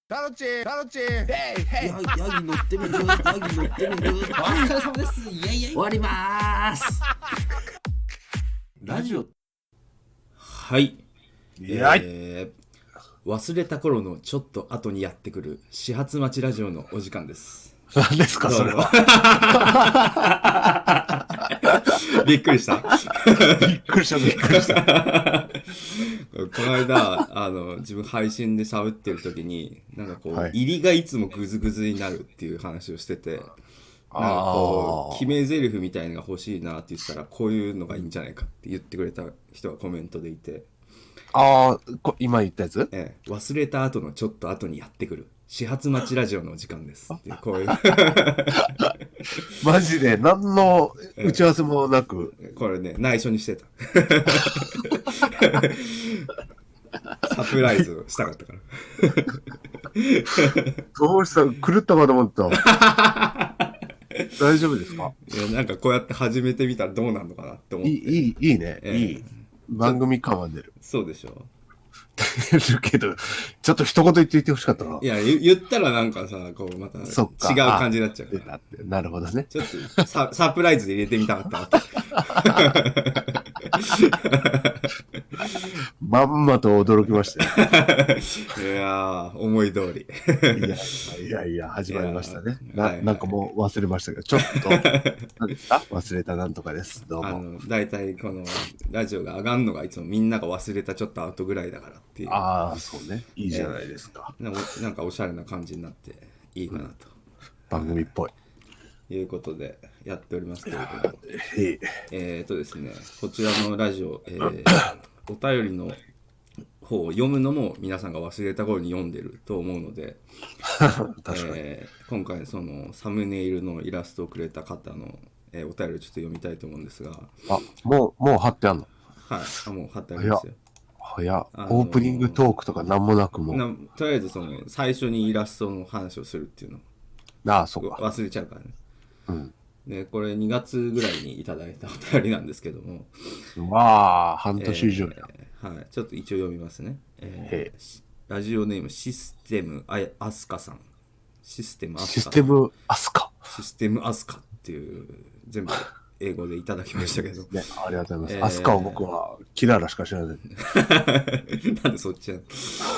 タロチヘイヘイヤギ乗ってみるお疲れ様ですイエイイエイ終わりますラジオはい、忘れた頃のちょっと後にやってくる始発待ちラジオのお時間です。 何ですかそれは。 びっくりしたびっくりしたこの間自分配信で喋ってる時になんかこう、 はい、 入りがいつもグズグズになるっていう話をしてて、なんかこう決め台詞みたいのが欲しいなって言ったらこういうのがいいんじゃないかって言ってくれた人がコメントでいて、 今言ったやつ、 忘れた後のちょっと後にやってくる始発待ちラジオのお時間ですっていうこういうマジで何の打ち合わせもなく、 これね内緒にしてたサプライズをしたかったからどうした狂ったかと思った大丈夫ですか。 いやなんかこうやって始めてみたらどうなるのかなって思って。 いいね、いい番組感は出る。 そうでしょ出るけどちょっと一言言ってほしかったな。 いや言ったらなんかさこうまた違う感じになっちゃうから。 なるほどね。 ちょっとサプライズで入れてみたかったわけまんまと驚きましたよいやー思い通りいや始まりましたね。 はい、 なんかもう忘れましたけどちょっと何ですか忘れたなんとかです。どうも。 だいたいこのラジオが上がるのがいつもみんなが忘れたちょっと後ぐらいだからっていう。 ああそうね、いいじゃないですか、 なんかおしゃれな感じになっていいかなと、 番組っぽいいうことでやっておりますけれども、ですね、こちらのラジオ、お便りの方を読むのも皆さんが忘れた頃に読んでると思うので確かに、 今回そのサムネイルのイラストをくれた方の、お便りをちょっと読みたいと思うんですが、 もう貼ってあんの。 はい、もう貼ってありますよ。 オープニングトークとかなんもなくとりあえずその最初にイラストの話をするっていうのそうか忘れちゃうからね。でこれ2月ぐらいにいただいたお便りなんですけども、 半年以上や、 はい、ちょっと一応読みますね。ラジオネームシステムアスカさん。システムアスカっていう全部英語でいただきましたけど、 ね、ありがとうございます。アスカを僕はキララしか知らない。 なんでそっちや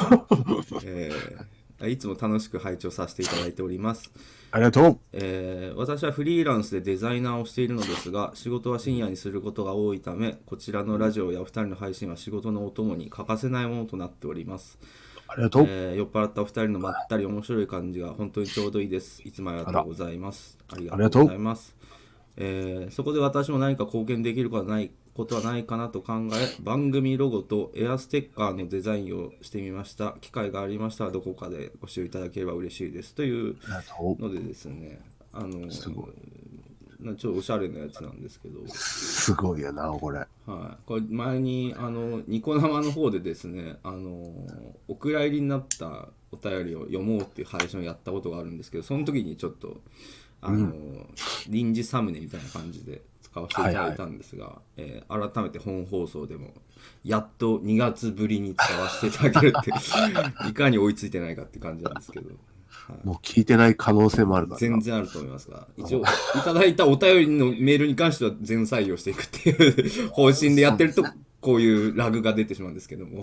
いつも楽しく拝聴させていただいております。 ありがとう。 私はフリーランスでデザイナーをしているのですが、仕事は深夜にすることが多いため、こちらのラジオやお二人の配信は仕事のお供に欠かせないものとなっております。 ありがとう。 酔っ払ったお二人のまったり面白い感じが本当にちょうどいいです。いつもありがとうございます。ありがとうございます。そこで私も何か貢献できることはないかなと考え、番組ロゴとエアステッカーのデザインをしてみました。機会がありましたらどこかでご使用いただければ嬉しいですというのでですね、 すごいちょっとおしゃれなやつなんですけど、 すごいよなこれ。 これ前にニコ生の方でですね、お蔵入りになったお便りを読もうっていう配信をやったことがあるんですけど、その時にちょっと臨時サムネみたいな感じで使わせていただいたんですが、改めて本放送でもやっと2月ぶりに使わせていただけるっていかに追いついてないかって感じなんですけど、 もう聞いてない可能性もあるから全然あると思いますが、一応いただいたお便りのメールに関しては全採用していくっていう方針でやってるとこういうラグが出てしまうんですけども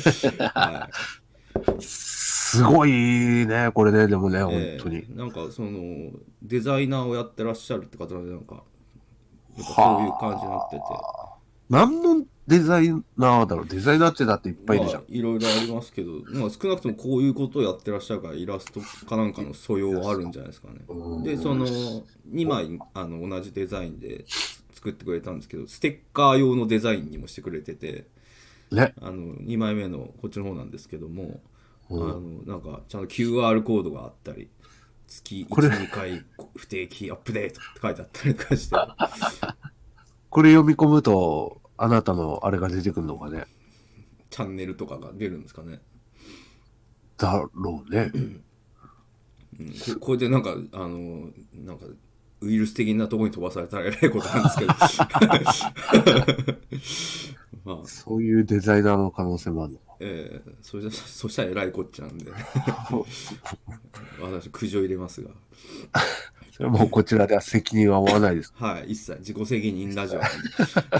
すごいねこれね。でもね、本当になんかそのデザイナーをやってらっしゃるって方でなんかそういう感じになってて、 何のデザイナーだろう。デザイナーってだっていっぱいいるじゃん。 いろいろありますけど、少なくともこういうことをやってらっしゃるからイラストかなんかの素養はあるんじゃないですかね。でその2枚同じデザインで作ってくれたんですけど、ステッカー用のデザインにもしてくれてて、 ね、 2枚目のこっちの方なんですけども、なんかちゃんと QR コードがあったり、月 1,2 回不定期アップデートって書いてあったりとかしてこれ読み込むとあなたのあれが出てくるのかね。 チャンネルとかが出るんですかね。 だろうね。 これでなんかなんかウイルス的なところに飛ばされたらえらいことなんですけどそういうデザイナーの可能性もあるのか。 そしたらえらいこっちゃなんで私苦情入れますが、 それはもうこちらでは責任は負わないです。 はい、一切自己責任ラジオなんで、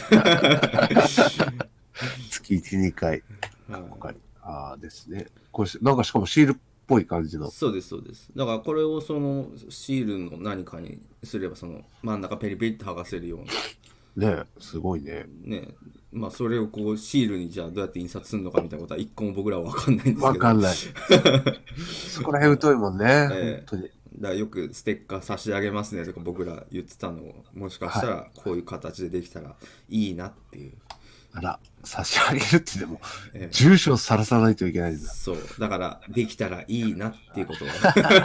月1、2回。 はいかかり。ああですね。これ、なんかしかもシールっぽい感じの。 そうですそうです。だからこれをそのシールの何かにすればその真ん中ペリペリって剥がせるようねえ、すごいね。 なね、まあそれをこうシールにじゃあどうやって印刷するのかみたいなことは一個も僕らは分かんないんですけど、 わかんない。そこら辺疎いもんね。本当に。 だからよくステッカー差し上げますねとか僕ら言ってたのを、もしかしたらこういう形でできたらいいなっていう、 あら、差し上げるってでも、住所をさらさないといけないんだ。 そうだからできたらいいなっていうことを、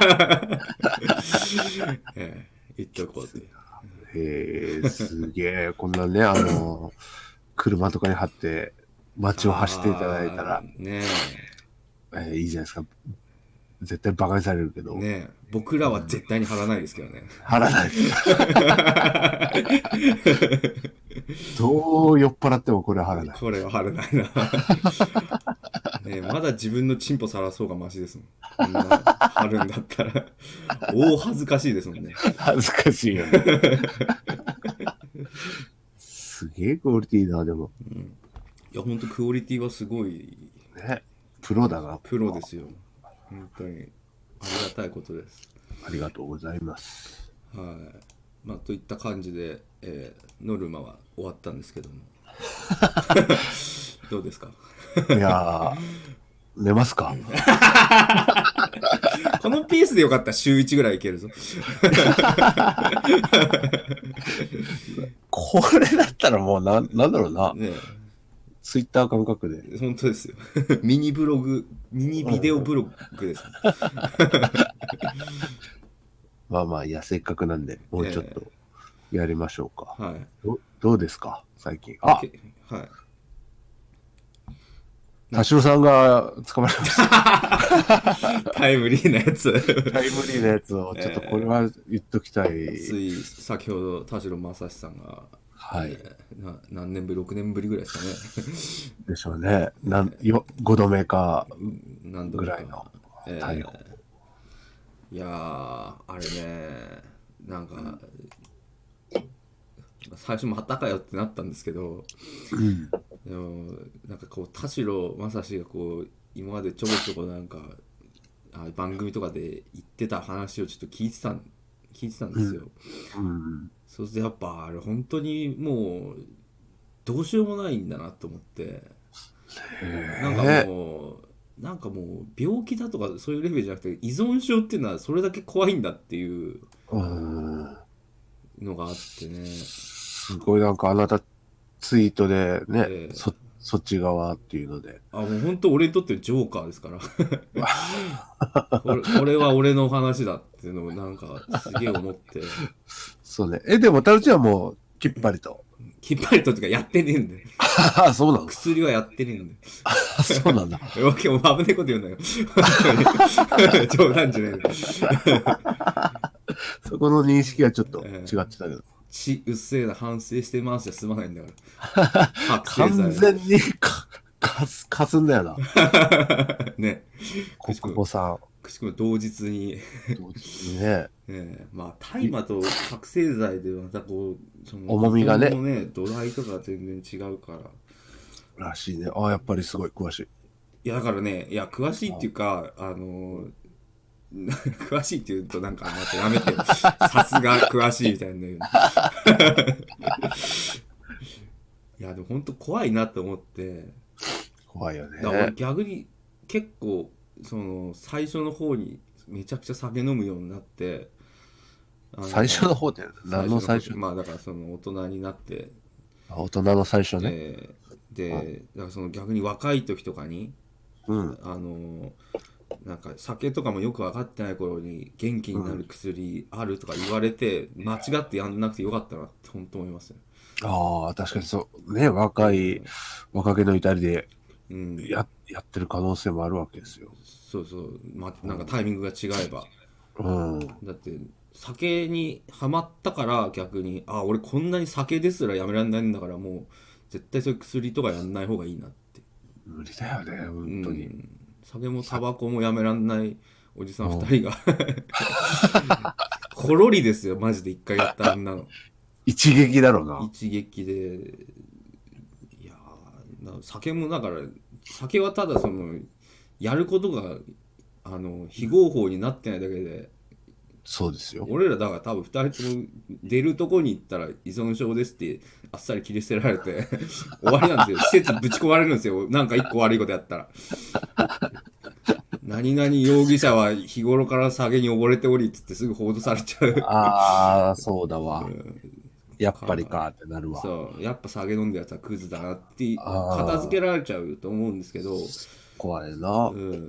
言っておこうという。 へえ、すげえ。こんなね、車とかに貼って街を走っていただいたら、 ねいいじゃないですか。絶対バカにされるけど。 えねえ、僕らは絶対に貼らないですけどね。 貼らない。どう酔っ払ってもこれは貼らない。 これは貼らないな。ねえ、まだ自分のチンポさらそうがマシですもん。こんな貼るんだったら大恥ずかしいですもんね。 恥ずかしいよね。すげえクオリティだ、でも。 いや本当クオリティはすごいね。プロだな。 プロですよ。本当にありがたいことです。 ありがとうございます。 はい。まあといった感じで、ノルマは終わったんですけどもどうですか？ いやー、寝ますか？ このペースでよかったら週1ぐらいいけるぞ。 これだったらもうなんだろうな。 ねツイッター感覚で。 え、本当ですよ。ミニブログ、ミニビデオブログです、ね。 まあまあ、いや、せっかくなんで、もうちょっとやりましょうか。 はい。 どうですか最近。あ、 はい。 田代さんが捕まりました。 タイムリーなやつ。 タイムリーなやつを、ちょっとこれは言っときたい。 つい先ほど田代正史さんが、 はい。 何年ぶり、6年ぶりぐらいですかね。 でしょうね。5度目か何度ぐらいの逮捕。 いやー、あれね、なんか、最初またかよってなったんですけど、でもなんかこう田代正史がこう今までちょこちょこなんか番組とかで言ってた話をちょっと聞いてたんですよ。そうするとやっぱあれ本当にもうどうしようもないんだなと思って、なんかもう病気だとかそういうレベルじゃなくて依存症っていうのはそれだけ怖いんだっていうのがあってね。 すごいなんかあなたツイートでね、そっち側っていうので。 もう本当俺にとってジョーカーですからこれは俺の話だっていうのをなんかすげえ思ってそうね。でもタルチはもうきっぱりとっていうかやってねえんだよ。 そうなの？ 薬はやってねえんだよ。 そうなんだ。 わけも危ねえこと言うんだよ。冗談じゃねえんだよ。 そこの認識はちょっと違ってたけど。 うっせえな反省してますじゃ済まないんだから。 完全にかすんだよな。 ね。 国母さん。 くしくも同日にね。 まあ大麻と覚醒剤でまたこうその重みがね土台とか全然違うから。 らしいね。ああ、やっぱりすごい詳しい。 いやだからね、いや詳しいっていうか詳しいって言うとなんかまたやめてよ。さすが詳しいみたいなんだけど。いやでも本当怖いなと思って。 怖いよね。 だから俺逆に結構その最初の方にめちゃくちゃ酒飲むようになって。 最初の方って何の最初？ まあだからその大人になって。 大人の最初ね。 でだからその逆に若い時とかに、なんか酒とかもよく分かってない頃に元気になる薬あるとか言われて、間違ってやんなくてよかったなって本当思いますよ。 ああ、確かにそうね。若気の至りでやってる可能性もあるわけですよ。 そうそう、なんかタイミングが違えば、だって酒にはまったから逆に俺こんなに酒ですらやめられないんだからもう絶対そういう薬とかやんない方がいいなって無理だよね、本当に。 酒もタバコもやめらんないおじさん2人がコロリですよマジで。一回やったらあんなの一撃だろうな。 一撃で。いや酒もだから酒はただそのやることが非合法になってないだけで、 そうですよ。 俺らだから多分2人とも出るとこに行ったら依存症ですってあっさり切り捨てられて終わりなんですよ。施設ぶち込まれるんですよ。なんか一個悪いことやったら。何々容疑者は日頃から酒に溺れておりっつってすぐ報道されちゃう。 ああ、そうだわ。やっぱりかってなるわ。 そうやっぱ酒飲んだやつはクズだなって片付けられちゃうと思うんですけど、 怖いな。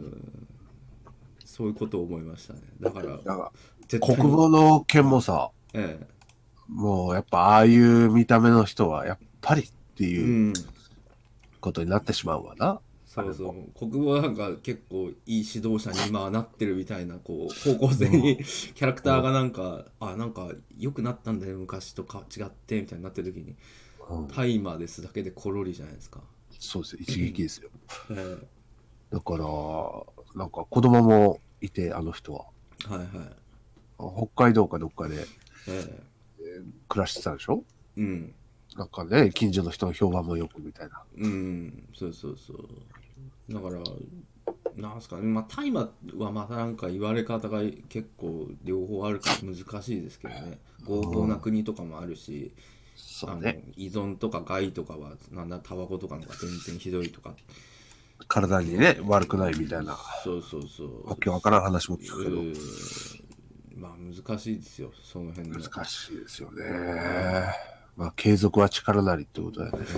そういうことを思いましたね。だから国語の件もさ、もうやっぱああいう見た目の人はやっぱりっていうことになってしまうわな。 そうそう、国語なんか結構いい指導者に今はなってるみたいなこう方向性にキャラクターがなんかなんか良くなったんだよ昔とか違ってみたいになってる時に、タイマーですだけでコロリじゃないですか。 そうですよ、一撃ですよ。だからなんか子供もいて、あの人は北海道かどっかで暮らしてたでしょ。なんかね、近所の人の評判もよくみたいな。 そうそうそう。だからなんすかね、大麻はまたなんか言われ方が結構両方あるから難しいですけどね。合法な国とかもあるし、依存とか害とかはなんだタバコとかの方が全然ひどいとか。 体にね悪くないみたいな。 そうそうそう。 わけわからん話も聞くけど。 難しいですよその辺の。 難しいですよね。継続は力なりってことだよね。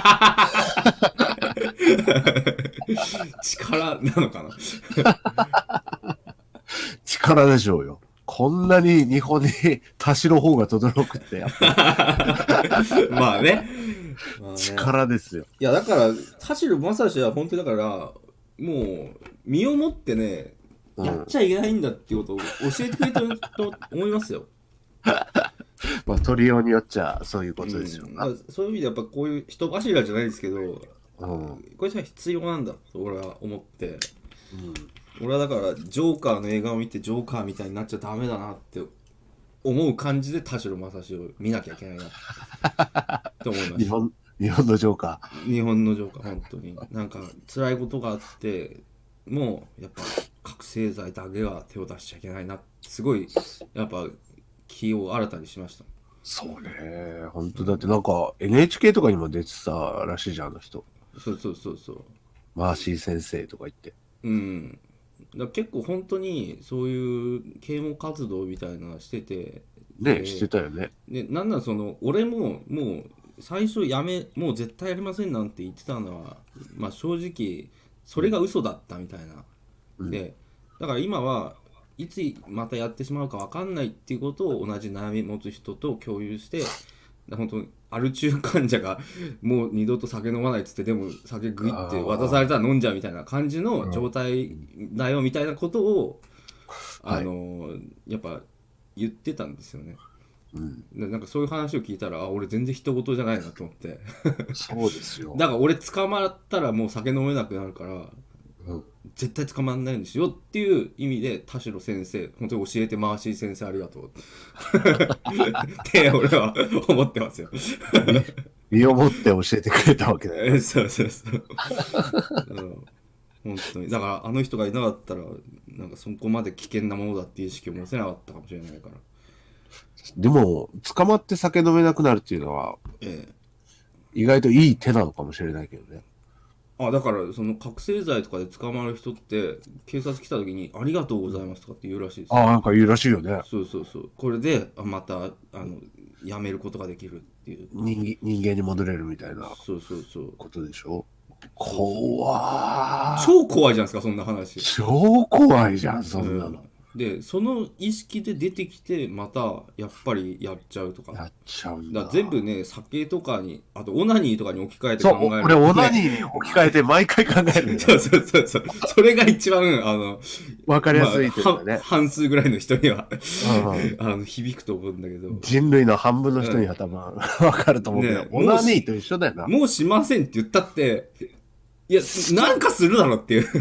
力なのかな。 力でしょうよ。こんなに日本に田代方が轟くってやっぱまあね。 力ですよ。 いやだから田代正史は本当にだからもう身をもってね、やっちゃいけないんだっていうことを教えてくれたと思いますよ。 取りようによっちゃそういうことですよ、 そういう意味でやっぱこういう人柱じゃないですけど、これじゃ必要なんだと俺は思って、俺はだからジョーカーの映画を見てジョーカーみたいになっちゃダメだなって思う感じで田代正史を見なきゃいけないなと思いました。 日本のジョーカー。日本のジョーカー本当になんか辛いことがあってもうやっぱ覚醒剤だけは手を出しちゃいけないなってすごいやっぱ気を新たにしました。 そうね、本当だってなんか NHK とかにも出てたらしいじゃんあの人。 そうそうそうそう。 マーシー先生とか言って。 だ結構本当にそういう啓蒙活動みたいなのしててね、してたよね。 でなんならその俺ももう最初もう絶対やりませんなんて言ってたのは正直それが嘘だったみたいな、でだから今はいつまたやってしまうか分かんないっていうことを同じ悩み持つ人と共有して、本当アル中患者がもう二度と酒飲まないっつってでも酒グイって渡されたら飲んじゃうみたいな感じの状態だよみたいなことをやっぱ言ってたんですよね。なんかそういう話を聞いたら俺全然人事じゃないなと思ってそうですよ。 だから俺捕まったらもう酒飲めなくなるから、絶対捕まんないんですよっていう意味で田代先生本当に教えて回し先生ありがとうって俺は思ってますよ。 身をもって教えてくれたわけだよ。 そうそうそう、本当にだからあの人がいなかったらなんかそこまで危険なものだっていう意識を持てなかったかもしれないから。 でも捕まって酒飲めなくなるっていうのは、意外といい手なのかもしれないけどね。 だからその覚醒剤とかで捕まる人って警察来た時にありがとうございますとかって言うらしいです。 なんか言うらしいよね。 そうそうそう。これでまたやめることができるっていう人間に戻れるみたいなことでしょ。怖ー、超怖いじゃないですかそんな話。 超怖いじゃんそんなの。 でその意識で出てきてまたやっぱりやっちゃうとか。 やっちゃうんだ。 全部ね酒とかにあとオナニーとかに置き換えて考える。 そう、俺オナニーに置き換えて毎回考えるんだ。 そうそれが一番わかりやすいというかね、 半数ぐらいの人には響くと思うんだけど、 人類の半分の人には多分わかると思うけど、オナニーと一緒だよな。 もうしませんって言ったっていや、なんかするだろっていう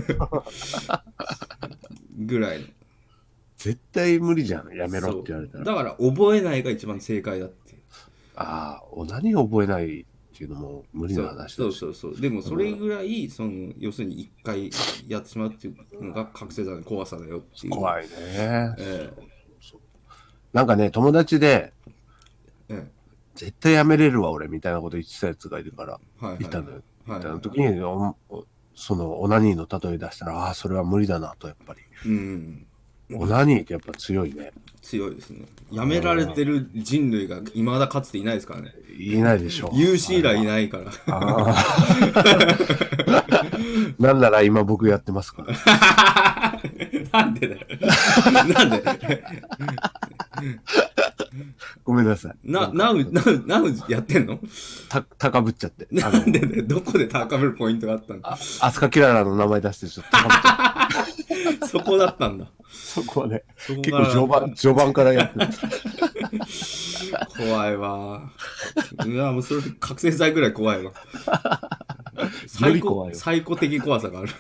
ぐらいの。 絶対無理じゃん、やめろって言われたら。 だから覚えないが一番正解だっていう。 ああ、何を覚えないっていうのも無理な話だし。 そう。でもそれぐらい、要するに一回やってしまうっていうのが覚醒剤の怖さだよっていう。 怖いね。なんかね、友達で、絶対やめれるわ、俺、みたいなこと言ってたやつがいるから、いたのよ。みたいな時に、そのオナニーの例え出したら、ああ、それは無理だなと、やっぱり。オナニーってやっぱ強いね。 強いですね。やめられてる人類が未だかつていないですからね。 いないでしょ。 有史以来いないから。 なんなら今僕やってますから。 なんでだよ。なんでごめんなさい。 なうやってんの？ 高ぶっちゃって。 なんでだよ。どこで高ぶるポイントがあったの？ アスカキララの名前出してちょっと高ぶっちゃって。そこだったんだ。 そこはね、結構序盤からやってる。 怖いわ。うわ、もうそれ覚醒剤ぐらい怖いわ。最高的怖さがある。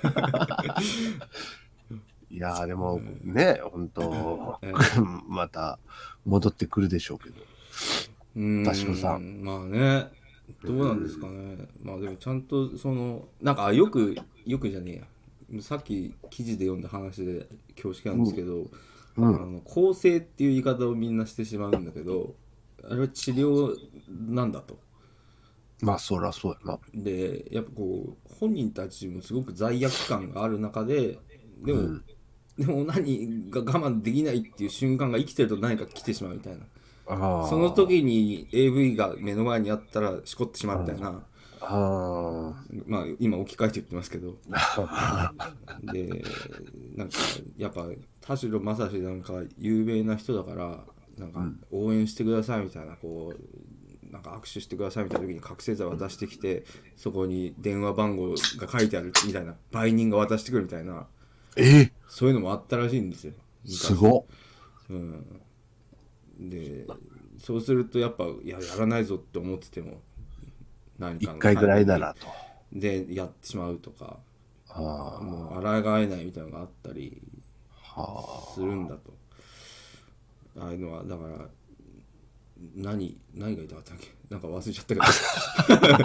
いやーでもね、本当また戻ってくるでしょうけど。田代さん。 まあね、どうなんですかね。まあでもちゃんとなんかよくじゃねえや。さっき記事で読んだ話で恐縮なんですけど、更生っていう言い方をみんなしてしまうんだけど、あれは治療なんだと。 まあそりゃそうやな。 でやっぱ本人たちもすごく罪悪感がある中で、でも何が我慢できないっていう瞬間が生きてると何か来てしまうみたいな。その時に AV が目の前にあったらしこってしまうみたいな。まあ今置き換えて言ってますけどでなんかやっぱ田代正史なんか有名な人だからなんか応援してくださいみたいななんか握手してくださいみたいな時に覚醒剤渡してきてそこに電話番号が書いてあるみたいな売人が渡してくるみたいなそういうのもあったらしいんですよ。 すごっ。 でそうするとやっぱやらないぞって思ってても 1回ぐらいならとでやってしまうとかもう抗えないみたいなのがあったりするんだと。ああいうのはだから何が言いたかったっけなんか忘れちゃったけ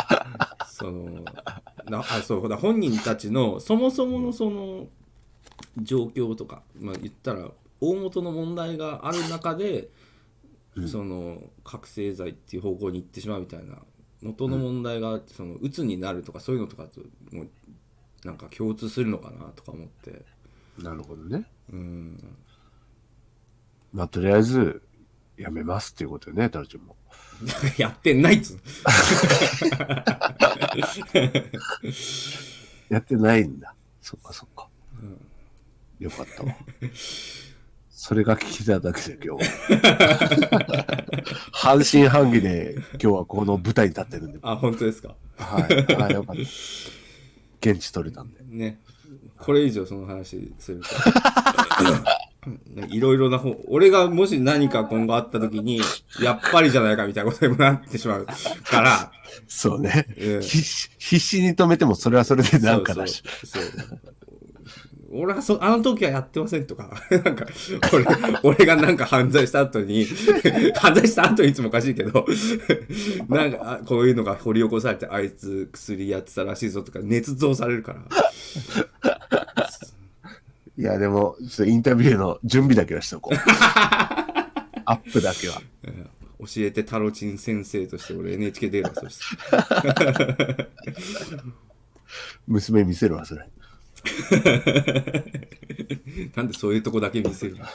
どそうだ本人たちのそもそもの状況とか、まあ、言ったら大元の問題がある中で、覚醒剤っていう方向に行ってしまうみたいな元の問題があって鬱になるとかそういうのとかともうなんか共通するのかなとか思って。 なるほどね。まあとりあえずやめますっていうことよね、タルちゃんも。 やってないっつやってないんだ。そっか、よかったわ。それが聞きたいだけで今日半信半疑で今日はこの舞台に立ってるんで。 あ、本当ですか。 はい。よかった。現地取れたんで。 ね。これ以上その話すると。いろいろな俺がもし何か今後あった時に、やっぱりじゃないかみたいなことにもなってしまうから。 そうね。必死に止めてもそれはそれでなんかだし。そう俺はあの時はやってませんとか、なんか、俺がなんか犯罪した後に、犯罪した後にいつもおかしいけど、なんか、こういうのが掘り起こされて、あいつ薬やってたらしいぞとか、捏造されるから。 いや、でも、ちょっとインタビューの準備だけはしとこう。アップだけは。 教えてタロチン先生として俺 NHK 出るわ、そして。 娘見せるわ、それ。 なんでそういうとこだけ見せるの？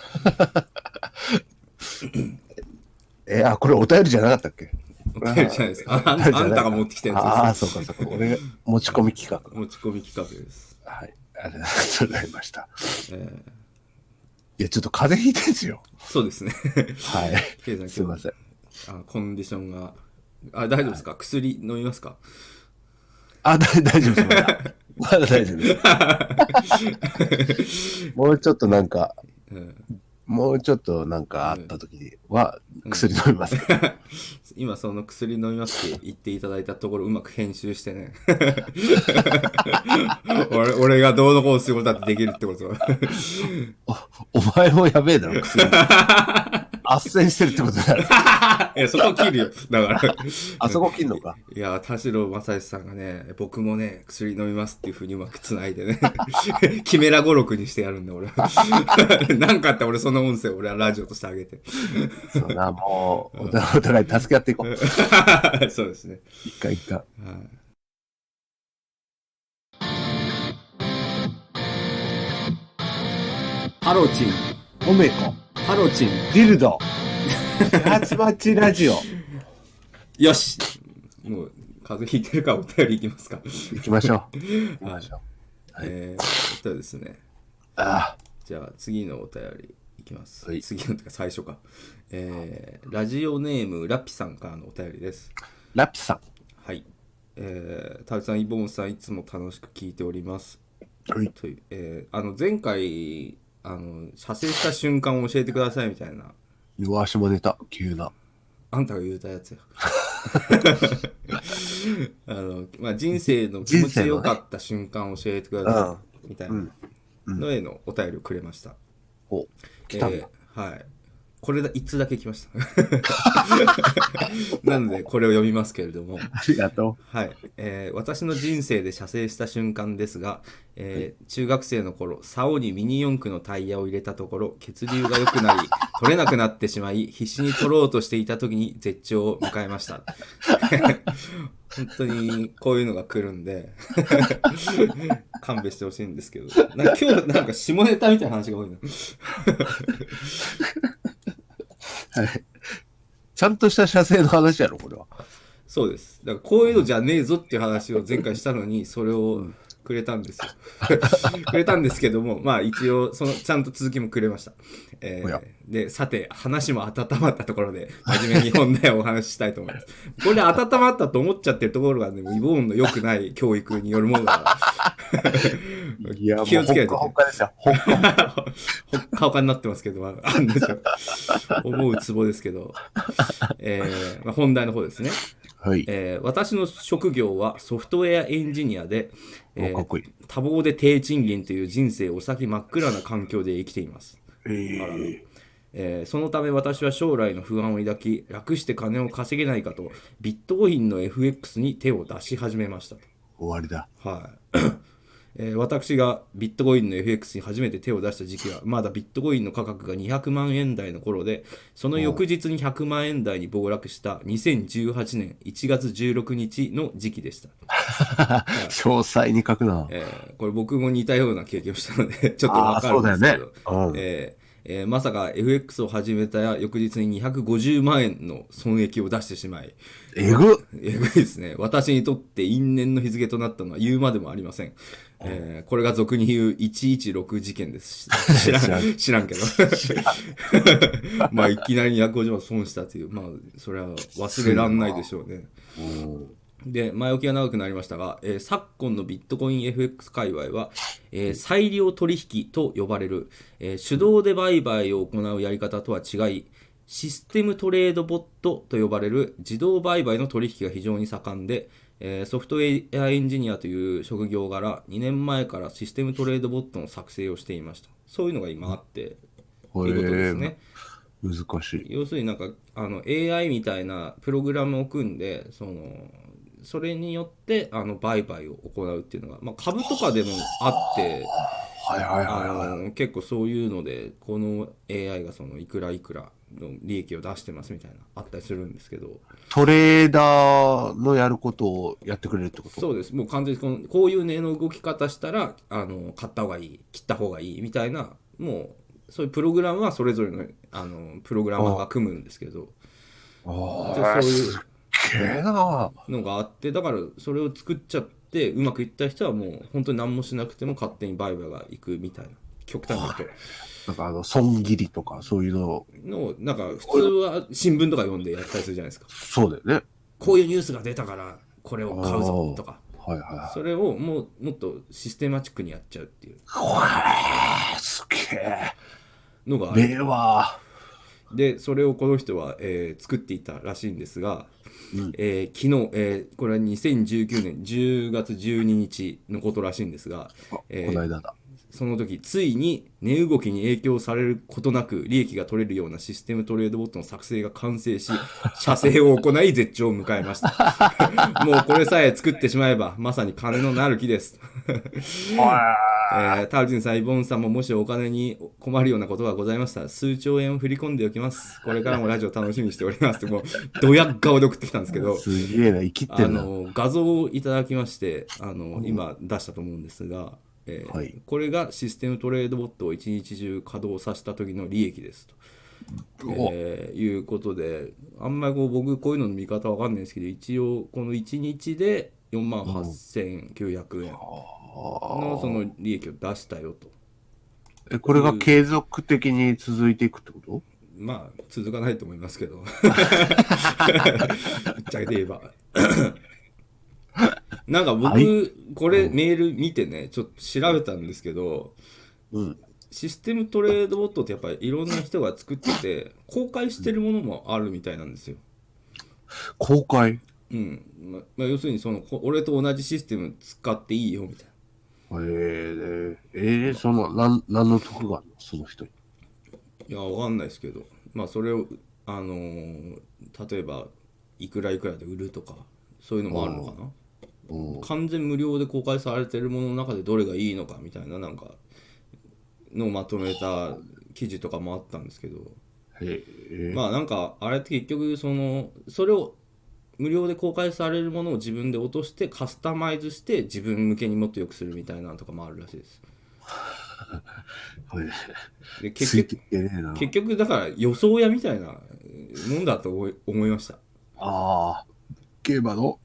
これお便りじゃなかったっけ？ お便りじゃないです。あんたが持ってきたやつです。 ああ、そうか。俺、持ち込み企画。 持ち込み企画です。 はい。ありがとうございました。いや、ちょっと風邪ひいてんすよ。 そうですね。 はい。すいません。 コンディションが。大丈夫ですか？薬飲みますか？ 大丈夫です。まだ大丈夫です。もうちょっとなんかあった時には薬飲みます。 今その薬飲みますって言っていただいたところうまく編集してね。俺がどうのこうすることだってできるってことお前もやべえだろ、薬。斡旋してるってことだろ。 いや、そこ切るよ。だから。 あそこ切んのか。 いや、田代正義さんがね、僕もね、薬飲みますっていう風にうまく繋いでね、キメラ語録にしてやるんだ、俺。なんかあったら俺その音声俺はラジオとしてあげて。 そうだ、もう、お互い助け合っていこう。 そうですね。 一回。はいハロチン。 おめえこ。 ハロチン。 ディルド。ハチバチラジオ。 よし。もう、風邪ひいてるからお便りいきますか。 行きましょう。行きましょう。ですね。じゃあ次のお便りいきます。はい、次のというか最初か。ラジオネームラピさんからのお便りです。 ラピさん。 はい。タウさん、イボンさん、いつも楽しく聞いております。 はい。 前回、射精した瞬間を教えてくださいみたいな。 弱足も出た、急な。 あんたが言うたやつや。人生の気持ちよかった瞬間を教えてくださいみたいなのへのお便りをくれました。 来たんだ。 はい。これ一通だけ来ました。なのでこれを読みますけれども。 ありがとう。はい。私の人生で射精した瞬間ですが、中学生の頃、竿にミニ四駆のタイヤを入れたところ、血流が良くなり、取れなくなってしまい、必死に取ろうとしていた時に絶頂を迎えました。本当にこういうのが来るんで、勘弁してほしいんですけど、今日なんか下ネタみたいな話が多いな。 はい。ちゃんとした射精の話やろ、これは。 そうです。だからこういうのじゃねえぞっていう話を前回したのに、それをくれたんですよ。くれたんですけども、まあ一応、ちゃんと続きもくれました。で、さて、話も温まったところで、真面目に本題をお話ししたいと思います。これで温まったと思っちゃってるところがね、イボーンの良くない教育によるものだから。 いや、気をつけないと。ほっかですよ。ほっかほかになってますけど、思うツボですけど、本題の方ですね。 はい。 私の職業はソフトウェアエンジニアで、 かっこいい。 多忙で低賃金という人生お先真っ暗な環境で生きています。そのため私は将来の不安を抱き、楽して金を稼げないかとビットコインの FX に手を出し始めました。 終わりだ。 はい。私がビットコインの FX に初めて手を出した時期はまだビットコインの価格が200万円台の頃で、その翌日に100万円台に暴落した2018年1月16日の時期でした。 詳細に書くな。 これ僕も似たような経験をしたのでちょっと分かるんですけど、そうだよね。まさか FX を始めた翌日に250万円の損益を出してしまい、 えぐいですね。私にとって因縁の日付となったのは言うまでもありません。これが俗に言う116事件です。知らんけど。まあいきなり250万損したという、まあそれは忘れらんないでしょうね。で、前置きが長くなりましたが、昨今のビットコイン FX 界隈は、裁量取引と呼ばれる、手動で売買を行うやり方とは違い、システムトレードボットと呼ばれる自動売買の取引が非常に盛んで、ソフトウェアエンジニアという職業柄2年前からシステムトレードボットの作成をしていました。そういうのが今あってということですね。 難しい。 要するになんかAI みたいなプログラムを組んでそれによって売買を行うっていうのが、まあ、株とかでもあって結構そういうのでこの AI がいくらいくらの利益を出してますみたいなあったりするんですけど、 トレーダーのやることをやってくれるってこと？ そうです。もう完全にこういう値の動き方したら買った方がいい、切った方がいいみたいな、もうそういうプログラムはそれぞれのプログラマーが組むんですけど、 そういうのがあって、だからそれを作っちゃってうまくいった人はもう本当に何もしなくても勝手に売買がいくみたいな、極端なこと。 なんか損切りとかそういうのなんか普通は新聞とか読んでやったりするじゃないですか。そうだよね。こういうニュースが出たからこれを買うぞとか、それをもっとシステマチックにやっちゃうっていう。 すげえのがある。 でそれをこの人は、作っていたらしいんですが、昨日、これは2019年10月12日のことらしいんですが、 この間だ。 その時ついに値動きに影響されることなく利益が取れるようなシステムトレードボットの作成が完成し、社製を行い絶頂を迎えました。もうこれさえ作ってしまえばまさに金のなる木です。タルジンさん、イボンさんももしお金に困るようなことがございましたら数兆円を振り込んでおきます。これからもラジオ楽しみにしておりますって、もうドヤ顔で送ってきたんですけど、 すげえな、生きってんな。 画像をいただきまして、今出したと思うんですが、はい、これがシステムトレードボットを一日中稼働させた時の利益ですと、いうことで、あんまり僕こういうのの見方わかんないですけど、一応この1日で48,900円のその利益を出したよと。 これが継続的に続いていくってこと？ まあ続かないと思いますけどぶっちゃけて言えばなんか僕これメール見てねちょっと調べたんですけど、システムトレードボットってやっぱりいろんな人が作ってて公開してるものもあるみたいなんですよ。 公開？ 要するにその俺と同じシステム使っていいよみたいな。その何の得があるのその人に？ いやわかんないですけど、まあそれを例えばいくらいくらで売るとかそういうのもあるのかな。完全無料で公開されてるものの中でどれがいいのかみたいななんかのをまとめた記事とかもあったんですけど、まあなんかあれって結局それを無料で公開されるものを自分で落としてカスタマイズして自分向けにもっと良くするみたいなのとかもあるらしいです。で結局だから予想屋みたいなもんだと思いました。 ああ、競馬の？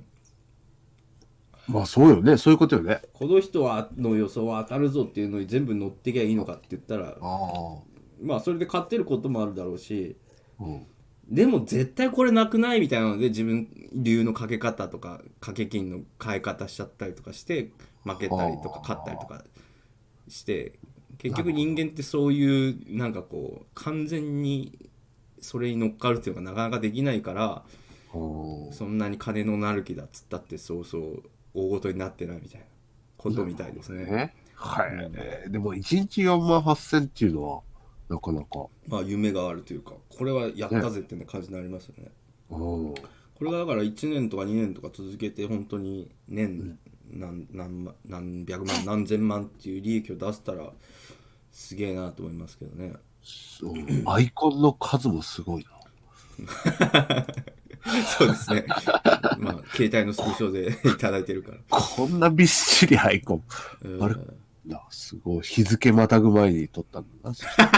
まあそうよね、そういうことよね。 この人の予想は当たるぞっていうのに全部乗ってきゃいいのかって言ったら、まあそれで勝ってることもあるだろうし、でも絶対これなくないみたいなので自分流のかけ方とか掛け金の変え方しちゃったりとかして負けたりとか勝ったりとかして、結局人間ってそういうなんかこう完全にそれに乗っかるっていうのがなかなかできないから、そんなに金のなる木だっつったってそうそう大ごとになってないみたいなことみたいですね。 はい。でも1日48,000っていうのはなかなかまあ夢があるというか、これはやったぜっていう感じになりますよね。これがだから1年とか2年とか続けて本当に年何百万何千万っていう利益を出せたらすげえなと思いますけどね。 アイコンの数もすごいな。 そうですね。まあ携帯のスクショでいただいてるから。 こんなびっしりアイコン。あれすごい。日付またぐ前に撮ったんだな。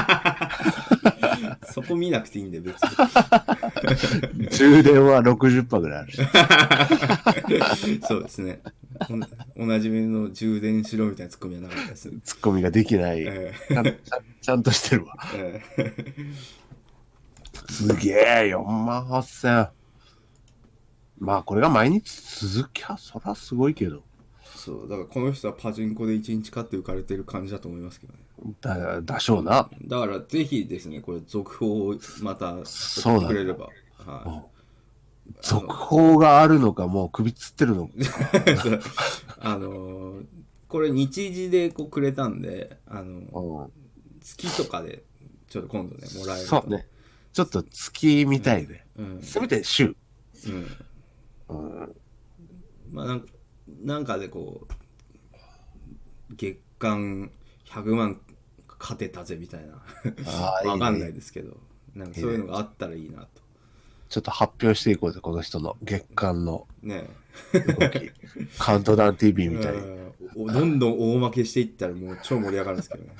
そこ見なくていいんで別に。充電は60%ぐらいあるし。そうですね。おなじみの充電しろみたいなツッコミはなかったです。 ツッコミができない。ちゃんとしてるわ。すげえ、48,000。まあこれが毎日続きゃそらすごいけど。 そうだからこの人はパチンコで1日勝って浮かれてる感じだと思いますけどね。だしょうな。 だからぜひですねこれ続報をまた送ってくれれば。 続報があるのかもう首つってるのか。 これ日時でくれたんで月とかでちょっと今度ねもらえると。 そうね。ちょっと月みたいで。せめて週。 まあなんかでこう月間100万勝てたぜみたいなわかんないですけど、なんかそういうのがあったらいいなと。 ちょっと発表していこうぜこの人の月間のね動き。カウントダウン TV みたいに。 どんどん大負けしていったらもう超盛り上がるんですけどね。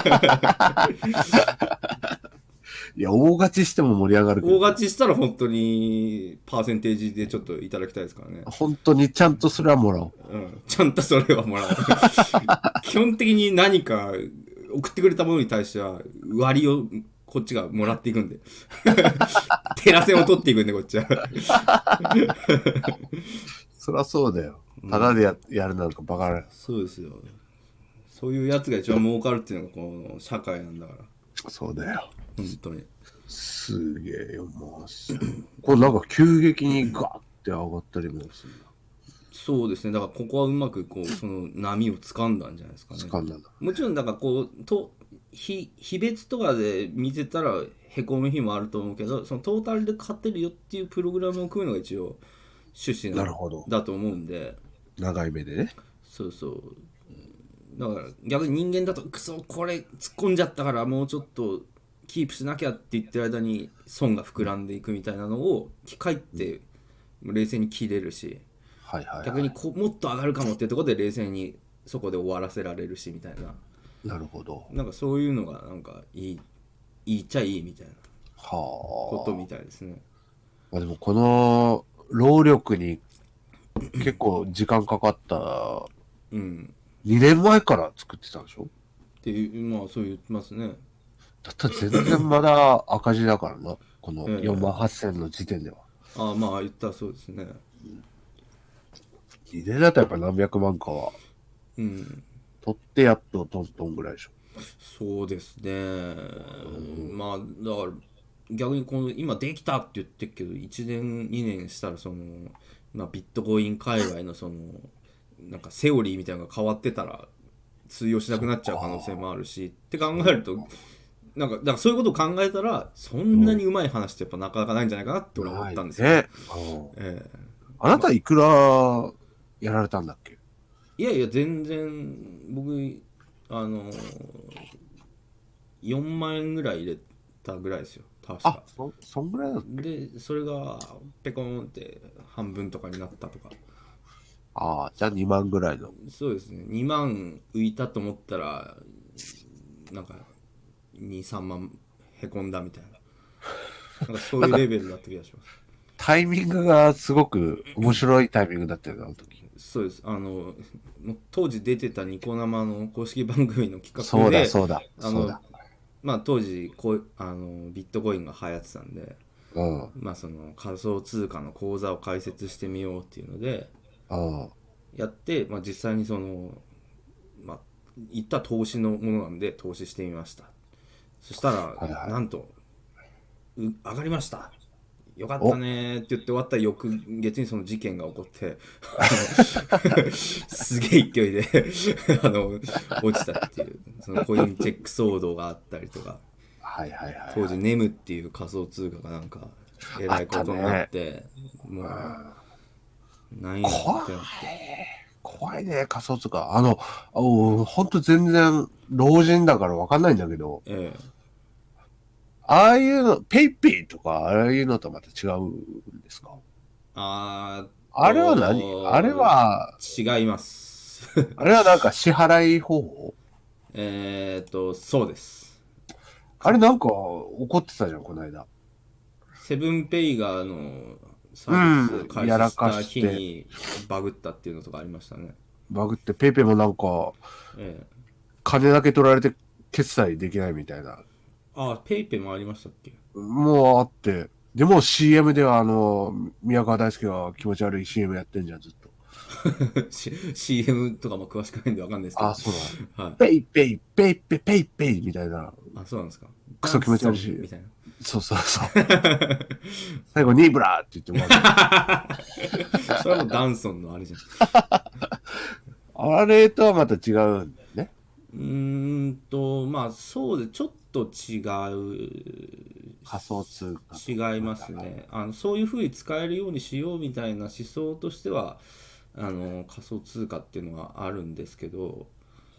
いや、大勝ちしても盛り上がるけど。 大勝ちしたら本当にパーセンテージでちょっといただきたいですからね。 本当にちゃんとそれはもらおう。 ちゃんとそれはもらおう。基本的に何か送ってくれたものに対しては割りをこっちがもらっていくんで。テラ線を取っていくんでこっちは。 そりゃそうだよ。ただでやるなんかバカな。 そうですよ。そういうやつが一番儲かるっていうのがこの社会なんだから。 そうだよ。 本当に。 すげえよ、まあ。これなんか急激にガーって上がったりもするな。 そうですね。だからここはうまくこうその波を掴んだんじゃないですかね。 掴んだんだ。 もちろんだからこう日別とかで見てたらへこむ日もあると思うけど、そのトータルで勝てるよっていうプログラムを組むのが一応趣旨なるほど。 だと思うんで。 長い目でね。 そうそう。だから逆に人間だとクソこれ突っ込んじゃったからもうちょっとキープしなきゃって言ってる間に損が膨らんでいくみたいなのを機械って冷静に切れるし、 はいはいはい、 逆にもっと上がるかもっていうところで冷静にそこで終わらせられるしみたいな。 なるほど。 なんかそういうのがなんかいいっちゃいいみたいなことみたいですね。 まあ、でもこの労力に結構時間かかったうん。 2年前から作ってたんでしょっていう、まあそう言ってますね。 だったら全然まだ赤字だからな。この4万8000の時点では。 ああ、まあ言ったらそうですね。 2年だったらやっぱ何百万かは。 うん。 取ってやっとトントンぐらいでしょ。 そうですね。まあだから逆にこの今できたって言ってるけど1年2年したらその、まあ、ビットコイン界隈のそのなんかセオリーみたいなのが変わってたら通用しなくなっちゃう可能性もあるしって考えるとなんかだからそういうことを考えたらそんなにうまい話ってやっぱなかなかないんじゃないかなって俺は思ったんですよ。 あなたいくらやられたんだっけ？ いやいや全然僕4万円ぐらい入れたぐらいですよ確か。 そんぐらいだっけ？ でそれがペコンって半分とかになったとか。 ああ、じゃあ2万ぐらいの。 そうですね。2万浮いたと思ったらなんか2、3万へこんだみたいな、なんかそういうレベルだった気がします。 タイミングがすごく面白いタイミングだったよね、あの時。 そうです。当時出てたニコ生の公式番組の企画で、 そうだ。 まあ当時ビットコインが流行ってたんで、 うん。 まあその仮想通貨の口座を開設してみようっていうのでやって、まあ実際にそのまあ言った投資のものなんで投資してみました。そしたら、なんと上がりましたよかったねって言って終わった翌月にその事件が起こってすげえ勢いで落ちたっていうそのコインチェック騒動があったりとか、当時ネムっていう仮想通貨がなんかえらいことになって、もう何やってなって怖いね、仮想通貨。ほんと全然老人だから分かんないんだけど、ああいうの、ペイペイとか、ああいうのとまた違うんですか？あれは何？あれは、 違います。 あれはなんか支払い方法？ そうです。 あれなんか怒ってたじゃん、この間。 セブンペイがサービス開始した日にバグったっていうのとかありましたね。 バグって、ペイペイもなんか、金だけ取られて決済できないみたいな。 あ、ペイペイもありましたっけ？ もうあって。でも CM では宮川大輔が気持ち悪い CM やってんじゃん、ずっと。 CM とかも詳しくないんでわかんないですけど。 そうだ。はい、ペイペイ、ペイペイ、ペイペイみたいな。 そうなんですか。 クソ気持ち悪いし。 みたいな。 そう。最後、ニーブラーって言ってもらう。それはもうダンソンのあれじゃん。 あれとはまた違うんだよね。 まあそうでちょっと違う仮想通貨違いますね。そういうふうに使えるようにしようみたいな思想としては仮想通貨っていうのはあるんですけど、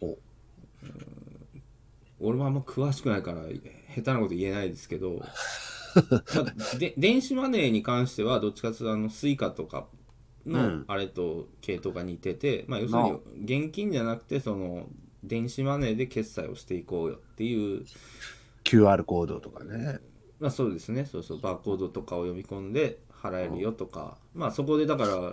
俺もあんま詳しくないから下手なこと言えないですけど電子マネーに関してはどっちかというとスイカとかのあれと系統が似てて、まあ要するに現金じゃなくてその電子マネーで決済をしていこうよっていう QR コードとかね。 まあそうですね。そうバーコードとかを読み込んで払えるよとか、まあそこでだから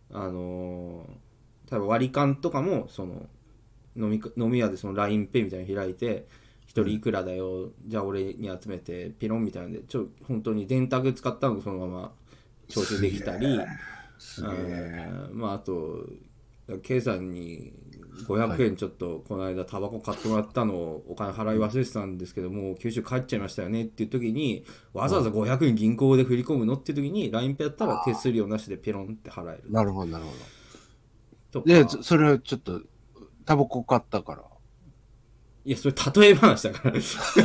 多分割り勘とかもその飲み屋でその LINEPay みたいに開いて一人いくらだよ、じゃあ俺に集めてピロンみたいなんで本当に電卓使ったのをそのまま徴収できたり、まああと計算に 500円ちょっとこの間タバコ買ってもらったのをお金払い忘れてたんですけども九州帰っちゃいましたよねっていう時にわざわざ500円銀行で振り込むのっていう時に LINEPay やったら手数料なしでペロンって払える。 なるほどなるほど。でそれはちょっとタバコ買ったから。 いやそれ例え話だから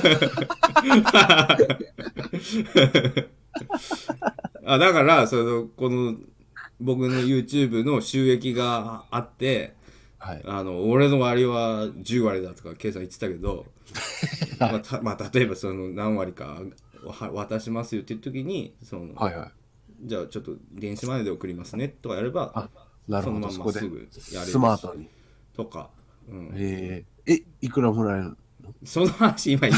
あだからこの僕の YouTube の収益があって、はい、俺の割は10割だとか計算言ってたけど、まあ、例えばその何割か渡しますよっていう時にはいはい、じゃあちょっと電子マネーで送りますねとかやればなるほど、 そのまますぐやれるスマートにとか、うん、 いくらもらえるの？ その話今言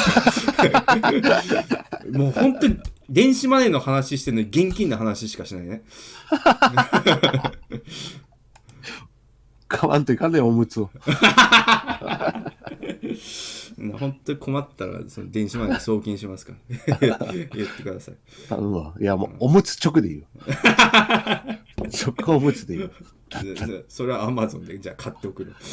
ったもう本当に電子マネーの話してるのに現金の話しかしないね買わんといかんねえおむつを本当に困ったらその電子マネー送金しますから言ってください。 頼むわ。いやもうおむつ直でいいよ直おむつでいいよそれは Amazon でじゃあ買っておくの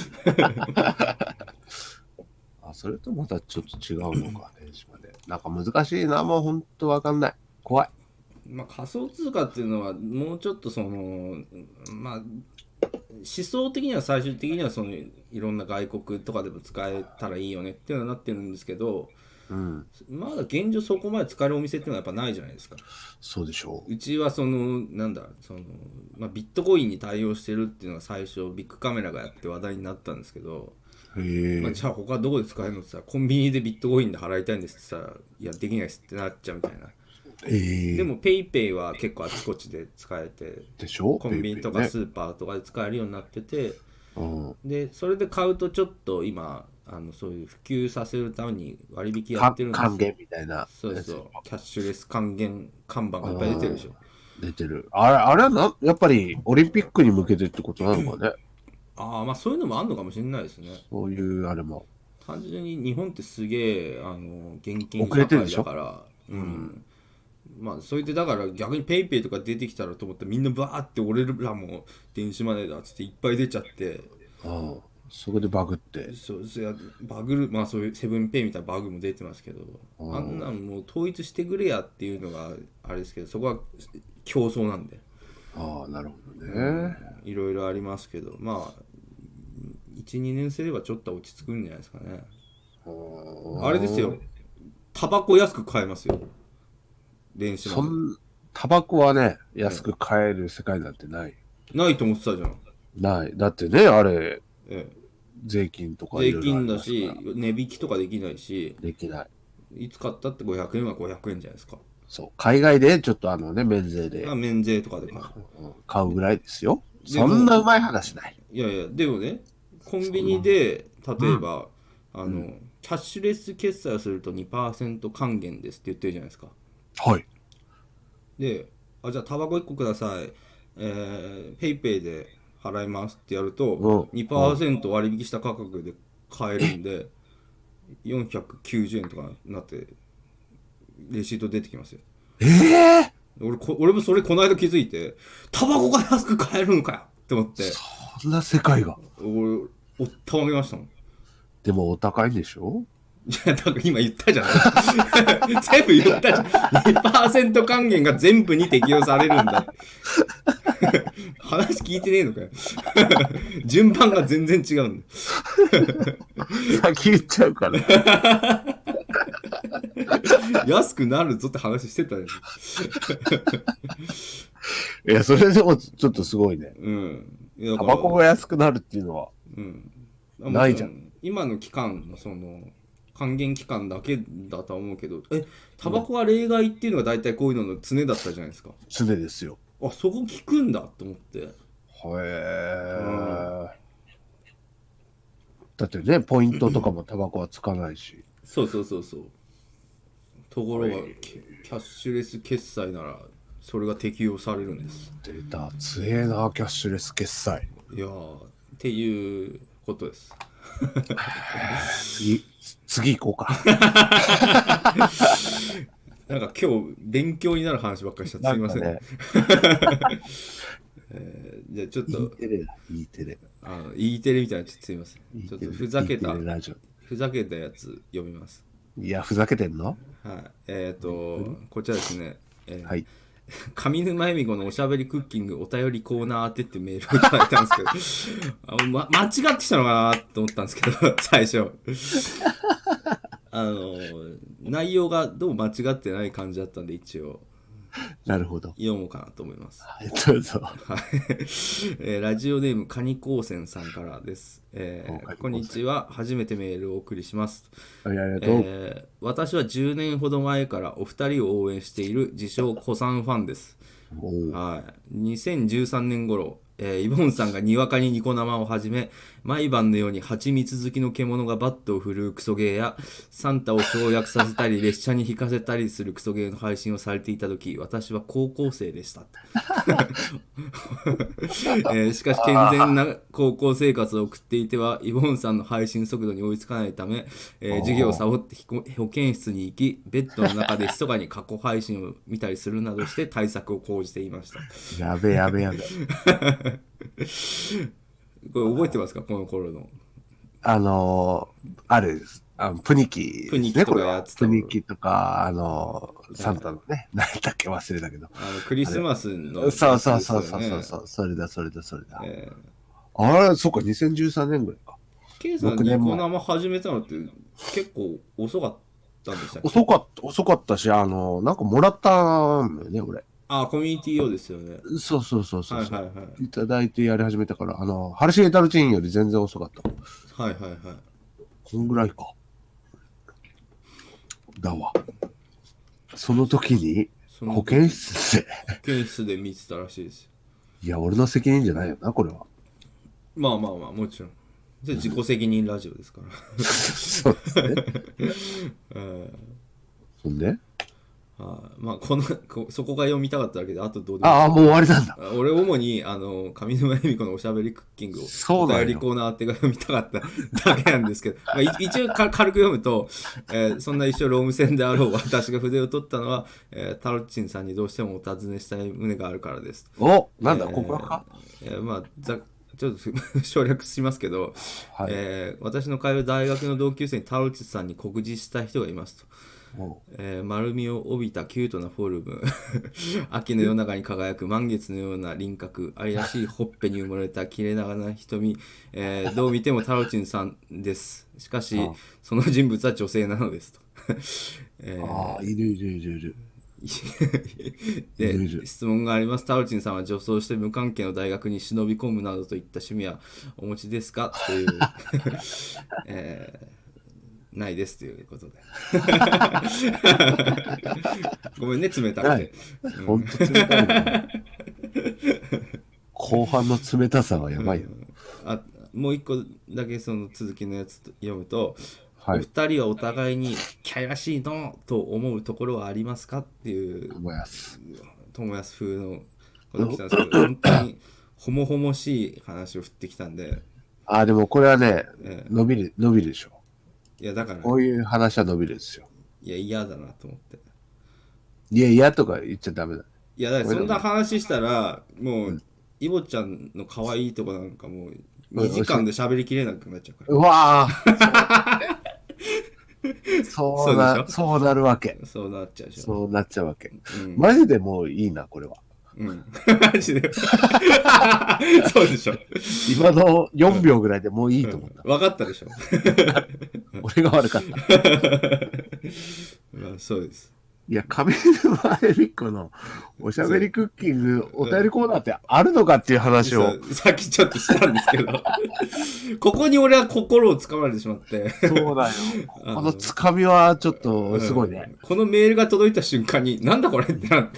それとまたちょっと違うのか電子マネーなんか難しいな。もうほんとわかんない。怖い。 まあ仮想通貨っていうのはもうちょっとまあ思想的には最終的にはいろんな外国とかでも使えたらいいよねっていうのはなってるんですけど、うん、まだ現状そこまで使えるお店っていうのはやっぱないじゃないですか。 そうでしょう。 うちはなんだまあ、ビットコインに対応してるっていうのが最初ビッグカメラがやって話題になったんですけど、まあ、じゃあ他どこで使えるのって言ったらコンビニでビットコインで払いたいんですって言ったらいやできないですってなっちゃうみたいな。でもペイペイは結構あちこちで使えてでしょ。 コンビニとかスーパーとかで使えるようになってて、でそれで買うとちょっと今そういう普及させるために割引やってるんですよ。 還元みたいな。 そうキャッシュレス還元看板がいっぱい出てるでしょ。 出てる。あれはやっぱりオリンピックに向けてってことなのかね。 まあそういうのもあるのかもしれないですね。 そういうあれも単純に日本ってすげえ現金社会だから、まあそれでだから逆にペイペイとか出てきたらと思ったらみんなバーって俺らも電子マネーだっつっていっぱい出ちゃって、 そこでバグってバグまあそういうセブンペイみたいなバグも出てますけど、あんなんもう統一してくれやっていうのがあれですけど、そこは競争なんで。 なるほどね。 いろいろありますけど、まあ 1,2 年すればちょっと落ち着くんじゃないですかね。あれですよ、タバコ安く買えますよ電子マネー。 タバコはね安く買える世界なんてない、 ないと思ってたじゃん。 ない。だってねあれ、税金とか税金だし値引きとかできないし。 できない。 いつ買ったって500円は500円じゃないですか。 そう海外でちょっと免税で免税とかで買うぐらいですよ。そんなうまい話ない。 いやいやでもねコンビニで例えば、キャッシュレス決済をすると 2% 還元ですって言ってるじゃないですか。 はい。 でじゃあタバコ1個ください、ペイペイで払いますってやると、2% 割引した価格で買えるんで490円とかなってレシート出てきますよ。俺もそれこの間気づいてタバコが安く買えるのかよって思って。 そんな世界が。 俺おったまげましたもん。 でもお高いんでしょ。 いやだから今言ったじゃん全部言ったじゃん。 2% 還元が全部に適用されるんだ話聞いてねえのかよ順番が全然違うんだ先言っちゃうから安くなるぞって話してたよいやそれでもちょっとすごいね。タバコが安くなるっていうのは、ないじゃん。 今の期間の還元期間だけだと思うけど、タバコは例外っていうのが大体こういうのの常だったじゃないですか。 常ですよ。 そこ聞くんだと思って。 だってねポイントとかもタバコはつかないしそうところがキャッシュレス決済ならそれが適用されるんです。 出た強えなキャッシュレス決済。 いやっていうことです次行こうかなんか今日勉強になる話ばっかりしちゃってすいません。 じゃあちょっと E テレだ、E テレ。 E テレみたいな、ちょっとすいません。ちょっとふざけた E テレラジオ。 ふざけたやつ読みます。 いや、ふざけてんの？ はい。こちらですね。 はい。 上沼恵美子のおしゃべりクッキングお便りコーナーってってメールをいただいたんですけど間違ってきたのかなと思ったんですけど最初内容がどう間違ってない感じだったんで一応なるほど。 読もうかなと思います。 はい、どうぞ。 ラジオネームカニ高専さんからです。こんにちは。初めてメールをお送りします。私は10年ほど前からお二人を応援している自称古参ファンです。はい、2013年頃、イボンさんがにわかにニコ生を始め、毎晩のように蜂蜜好きの獣がバットを振るうクソゲーや、サンタを跳躍させたり列車に引かせたりするクソゲーの配信をされていた時、私は高校生でした。しかし健全な高校生活を送っていてはイボンさんの配信速度に追いつかないため、授業をサボって保健室に行きベッドの中で密かに過去配信を見たりするなどして対策を講じていました。 やべやべやべこれ覚えてますか、この頃の。 あれです。プニキ、 プニキとかやってた。 プニキとか、サンタのね、何だっけ忘れたけど。 クリスマスの、 ね。そう。それだ。あれ、そっか、2013年ぐらいか。 ケイさん、ニコ生始めたのって結構遅かったんでしたっけ？ 遅かったし、なんかもらったんだよね、俺。 コミュニティ用ですよね。 そう。 はい。 いただいてやり始めたから、ハルシゲタルチンより全然遅かった。 はい。 こんぐらいか。だわ。その時に、保健室で見てたらしいですよ。 いや、俺の責任じゃないよな、これは。 まあ、もちろん。自己責任ラジオですから。 そうですね。そんでまあそこが読みたかっただけで、あとどうでもいい。 もう終わりなんだ。 俺主に上沼恵美子のおしゃべりクッキングをお便りコーナーってが読みたかっただけなんですけど、一応軽く読むと、そんな一生ローム線であろう私が筆を取ったのは、タロッチンさんにどうしてもお尋ねしたい旨があるからです。 なんだ、ここか。 まあちょっと省略しますけど、はい、私の通う大学の同級生にタロッチさんに告示した人がいますと。丸みを帯びたキュートなフォルム秋の夜長に輝く満月のような輪郭、愛らしいほっぺに埋もれた切れ長な瞳、どう見てもタロチンさんです。しかしその人物は女性なのですと。 いるで質問があります。タロチンさんは女装して無関係の大学に忍び込むなどといった趣味はお持ちですかという、ないですということでごめんね、冷たくて。 本当冷たいな。後半の冷たさはやばいよ。 もう一個だけその続きのやつ読むと、お二人はお互いにキャイらしいのと思うところはありますかっていう友安風のこと来たんですけど、本当にホモホモしい話を振ってきたんで。 でもこれはね、伸びるでしょ。 いやだから、 こういう話は伸びるんですよ。 いや嫌だなと思って。 いや嫌とか言っちゃダメだ。 いやだからそんな話したらもう、イボちゃんの可愛いとこなんかもう2時間で喋りきれなくなっちゃうから。 うわそうなるわけ。 そうなっちゃうでしょ。 そうなっちゃうわけ。マジでもういいな、これは。 マジで。そうでしょ。 今の4秒ぐらいでもういいと思った。 分かったでしょ。 俺が悪かった。 まあ、そうです。 いや、上沼恵美子のおしゃべりクッキングお便りコーナーってあるのかっていう話を。 さっきちょっとしたんですけど、ここに俺は心をつかまれてしまって。 そうだよ。このつかみはちょっとすごいね。 このメールが届いた瞬間に、なんだこれってなって。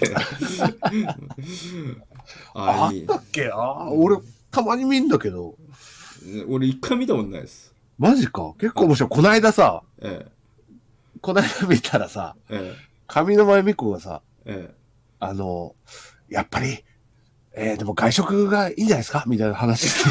あったっけ？俺、たまに見んだけど。 俺一回見たことないです。 マジか。結構面白い。こないださ、こないだ見たらさ、上沼恵美子がさ、やっぱり、でも外食がいいんじゃないですかみたいな話して。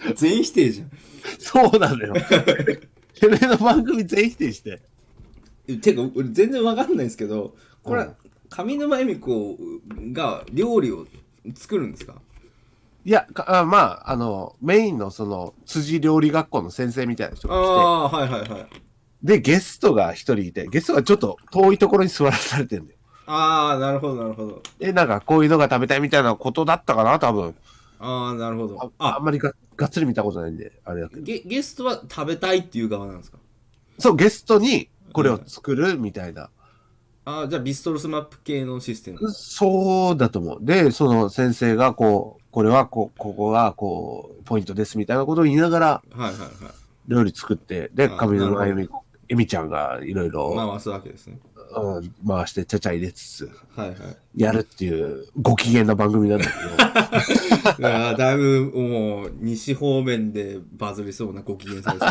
全否定じゃん。 そうなのよ。てめえの番組全否定して。 てか、俺全然わかんないんですけど、これ、上沼恵美子が料理を作るんですか？ いや、まあ、メインのその、辻料理学校の先生みたいな人が来て、 はいはいはい。 で、ゲストが一人いて、ゲストがちょっと遠いところに座らされてるんだよ。 なるほどなるほど。 で、なんかこういうのが食べたいみたいなことだったかな、多分。 なるほど。 あんまりがっつり見たことないんで、あれだけど。 ゲストは食べたいっていう側なんですか？ そう、ゲストにこれを作るみたいな。 じゃあビストロスマップ系のシステム。 そうだと思う。で、その先生がこれはここがポイントですみたいなことを言いながら、 はいはいはい。 料理作って、で、上沼恵美ちゃんがいろいろ回すわけですね。 回してちゃちゃ入れつつ、 はいはい。 やるっていうご機嫌な番組なんだけど。だいぶもう西方面でバズりそうなご機嫌さですね。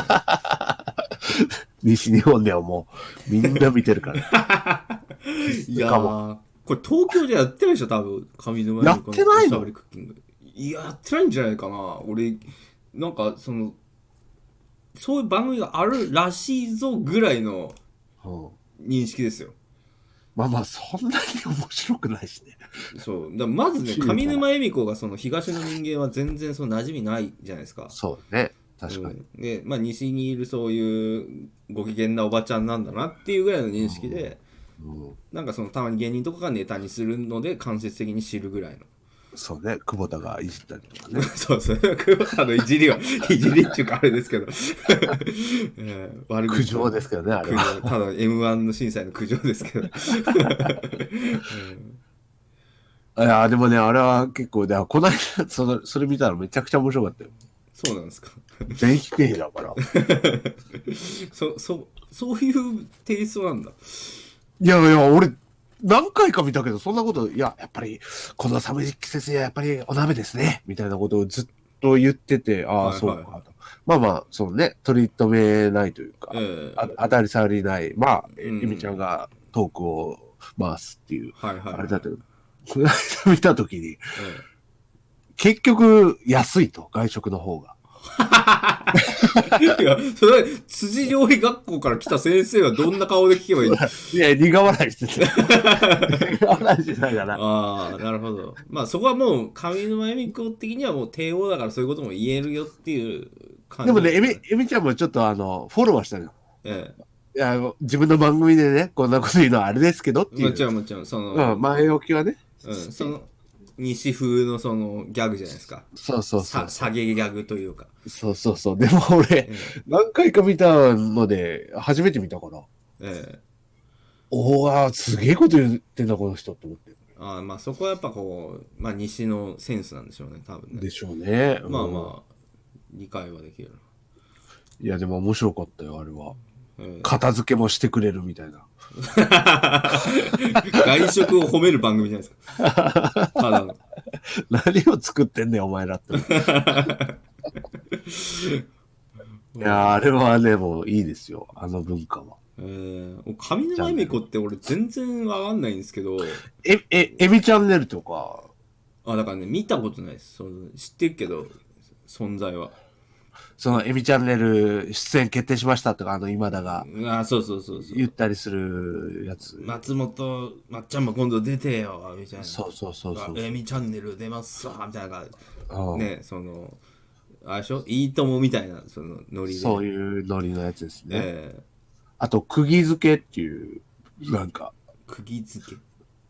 西日本ではもうみんな見てるから。 いやー、これ東京じゃやってないでしょ、多分。上沼やってないの？ クッキング。やってないんじゃないかな。俺、なんかそういう番組があるらしいぞぐらいの認識ですよ。 まあ、そんなに面白くないしね。 そう。まずね、上沼恵美子が東の人間は全然馴染みないじゃないですか。 そうね。確かに。 で、西にいるそういうご機嫌なおばちゃんなんだなっていうぐらいの認識で、なんかたまに芸人とかがネタにするので間接的に知るぐらいの。 そうね、久保田がいじったりとかね。 そう、久保田のいじりっていうかあれですけど。 苦情ですけどね、あれは。 ただ M1 の審査の苦情ですけど。 いや、でもね、あれは結構、この間、それ見たらめちゃくちゃ面白かったよ。 そうなんですか。 全否定だから。 そういうテイストなんだ。 いや、俺、何回か見たけど、そんなこと、やっぱり、この寒い季節にはやっぱりお鍋ですね、みたいなことをずっと言ってて、そうかと。まあ、そうね、取り留めないというか、当たり障りない、恵美ちゃんがトークを回すっていう、あれだけど、この間見たときに、結局、安いと、外食の方が。 いや、それ、辻料理学校から来た先生はどんな顔で聞けばいいの？ いや、苦笑いしてて。苦笑いしてないかな。 なるほど。そこはもう、上沼恵美子的にはもう帝王だからそういうことも言えるよっていう感じ。でもね、恵美ちゃんもちょっとフォローはしたのよ。いや、自分の番組でね、こんなこと言うのはあれですけどっていう。 もちろん。 前置きはね。 西風のギャグじゃないですか。 そう。 下げギャグというか。 そう。でも俺、何回か見たので、初めて見たから。すげえこと言ってんだ、この人って思って。 そこはやっぱ西のセンスなんでしょうね、多分ね。 でしょうね。 理解はできる。 いや、でも面白かったよ、あれは。片付けもしてくれるみたいな。 外食を褒める番組じゃないですか。ただの。 何を作ってんねん、お前らって。いや、あれはね、もういいですよ、あの文化は。 上沼恵美子って俺全然わかんないんですけど。 エビチャンネルとか。 だからね、見たことないです。知ってるけど、存在は。 そのエビチャンネル出演決定しましたとか、今田が。 そう言ったりするやつ。 まっちゃんも今度出てよ、みたいな。 そう。 エビチャンネル出ますわ、みたいな。ね、あれでしょ、いいともみたいな、ノリで。 そういうノリのやつですね。あと、釘付けっていう、なんか。 釘付け？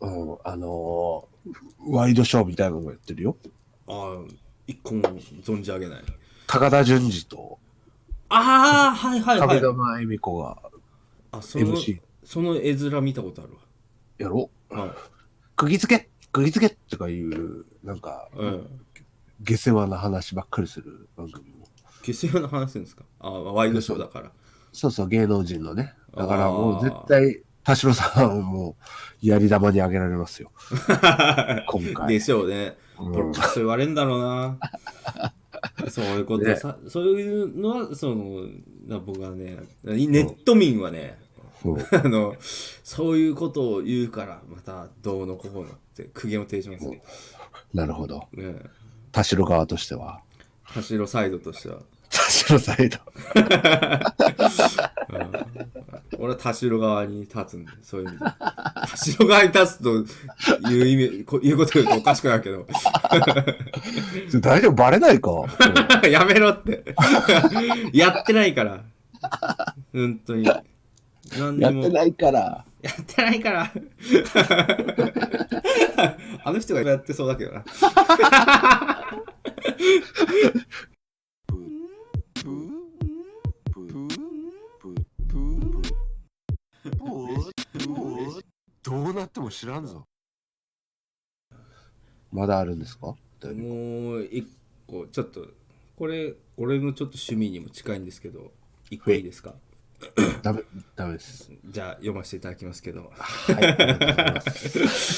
ワイドショーみたいなのもやってるよ。 一個も存じ上げない。 高田純次と。 はい。 上沼恵美子が。 MC。その絵面見たことあるわ。 やろ？釘付けとかいう、なんか、下世話な話ばっかりする番組も。 下世話な話するんですか？ワイドショーだから。 そう、芸能人のね。だからもう絶対、田代さんもやり玉にあげられますよ。今回。 でしょうね。そう言われんだろうな。そういうこと、ね、そういうのは、僕はね、ネット民はね、そういうことを言うから、またどうのこうのって苦言を呈しますね。 なるほど。田代側としては。 田代サイドとしては。 田白サイド。 俺は田代側に立つんで、そういう意味で。田代側に立つという意味、いうこと言うとおかしくなるけど。 大丈夫、バレないか。 やめろって。やってないから。本当に。何にもやってないから。 やってないから。あの人がやってそうだけどな。 どうなっても知らんぞ。まだあるんですか？もう一個ちょっとこれ俺のちょっと趣味にも近いんですけど、一個いいですか？ ダメです。 じゃあ読ませていただきますけど。 はい、ありがとうございます。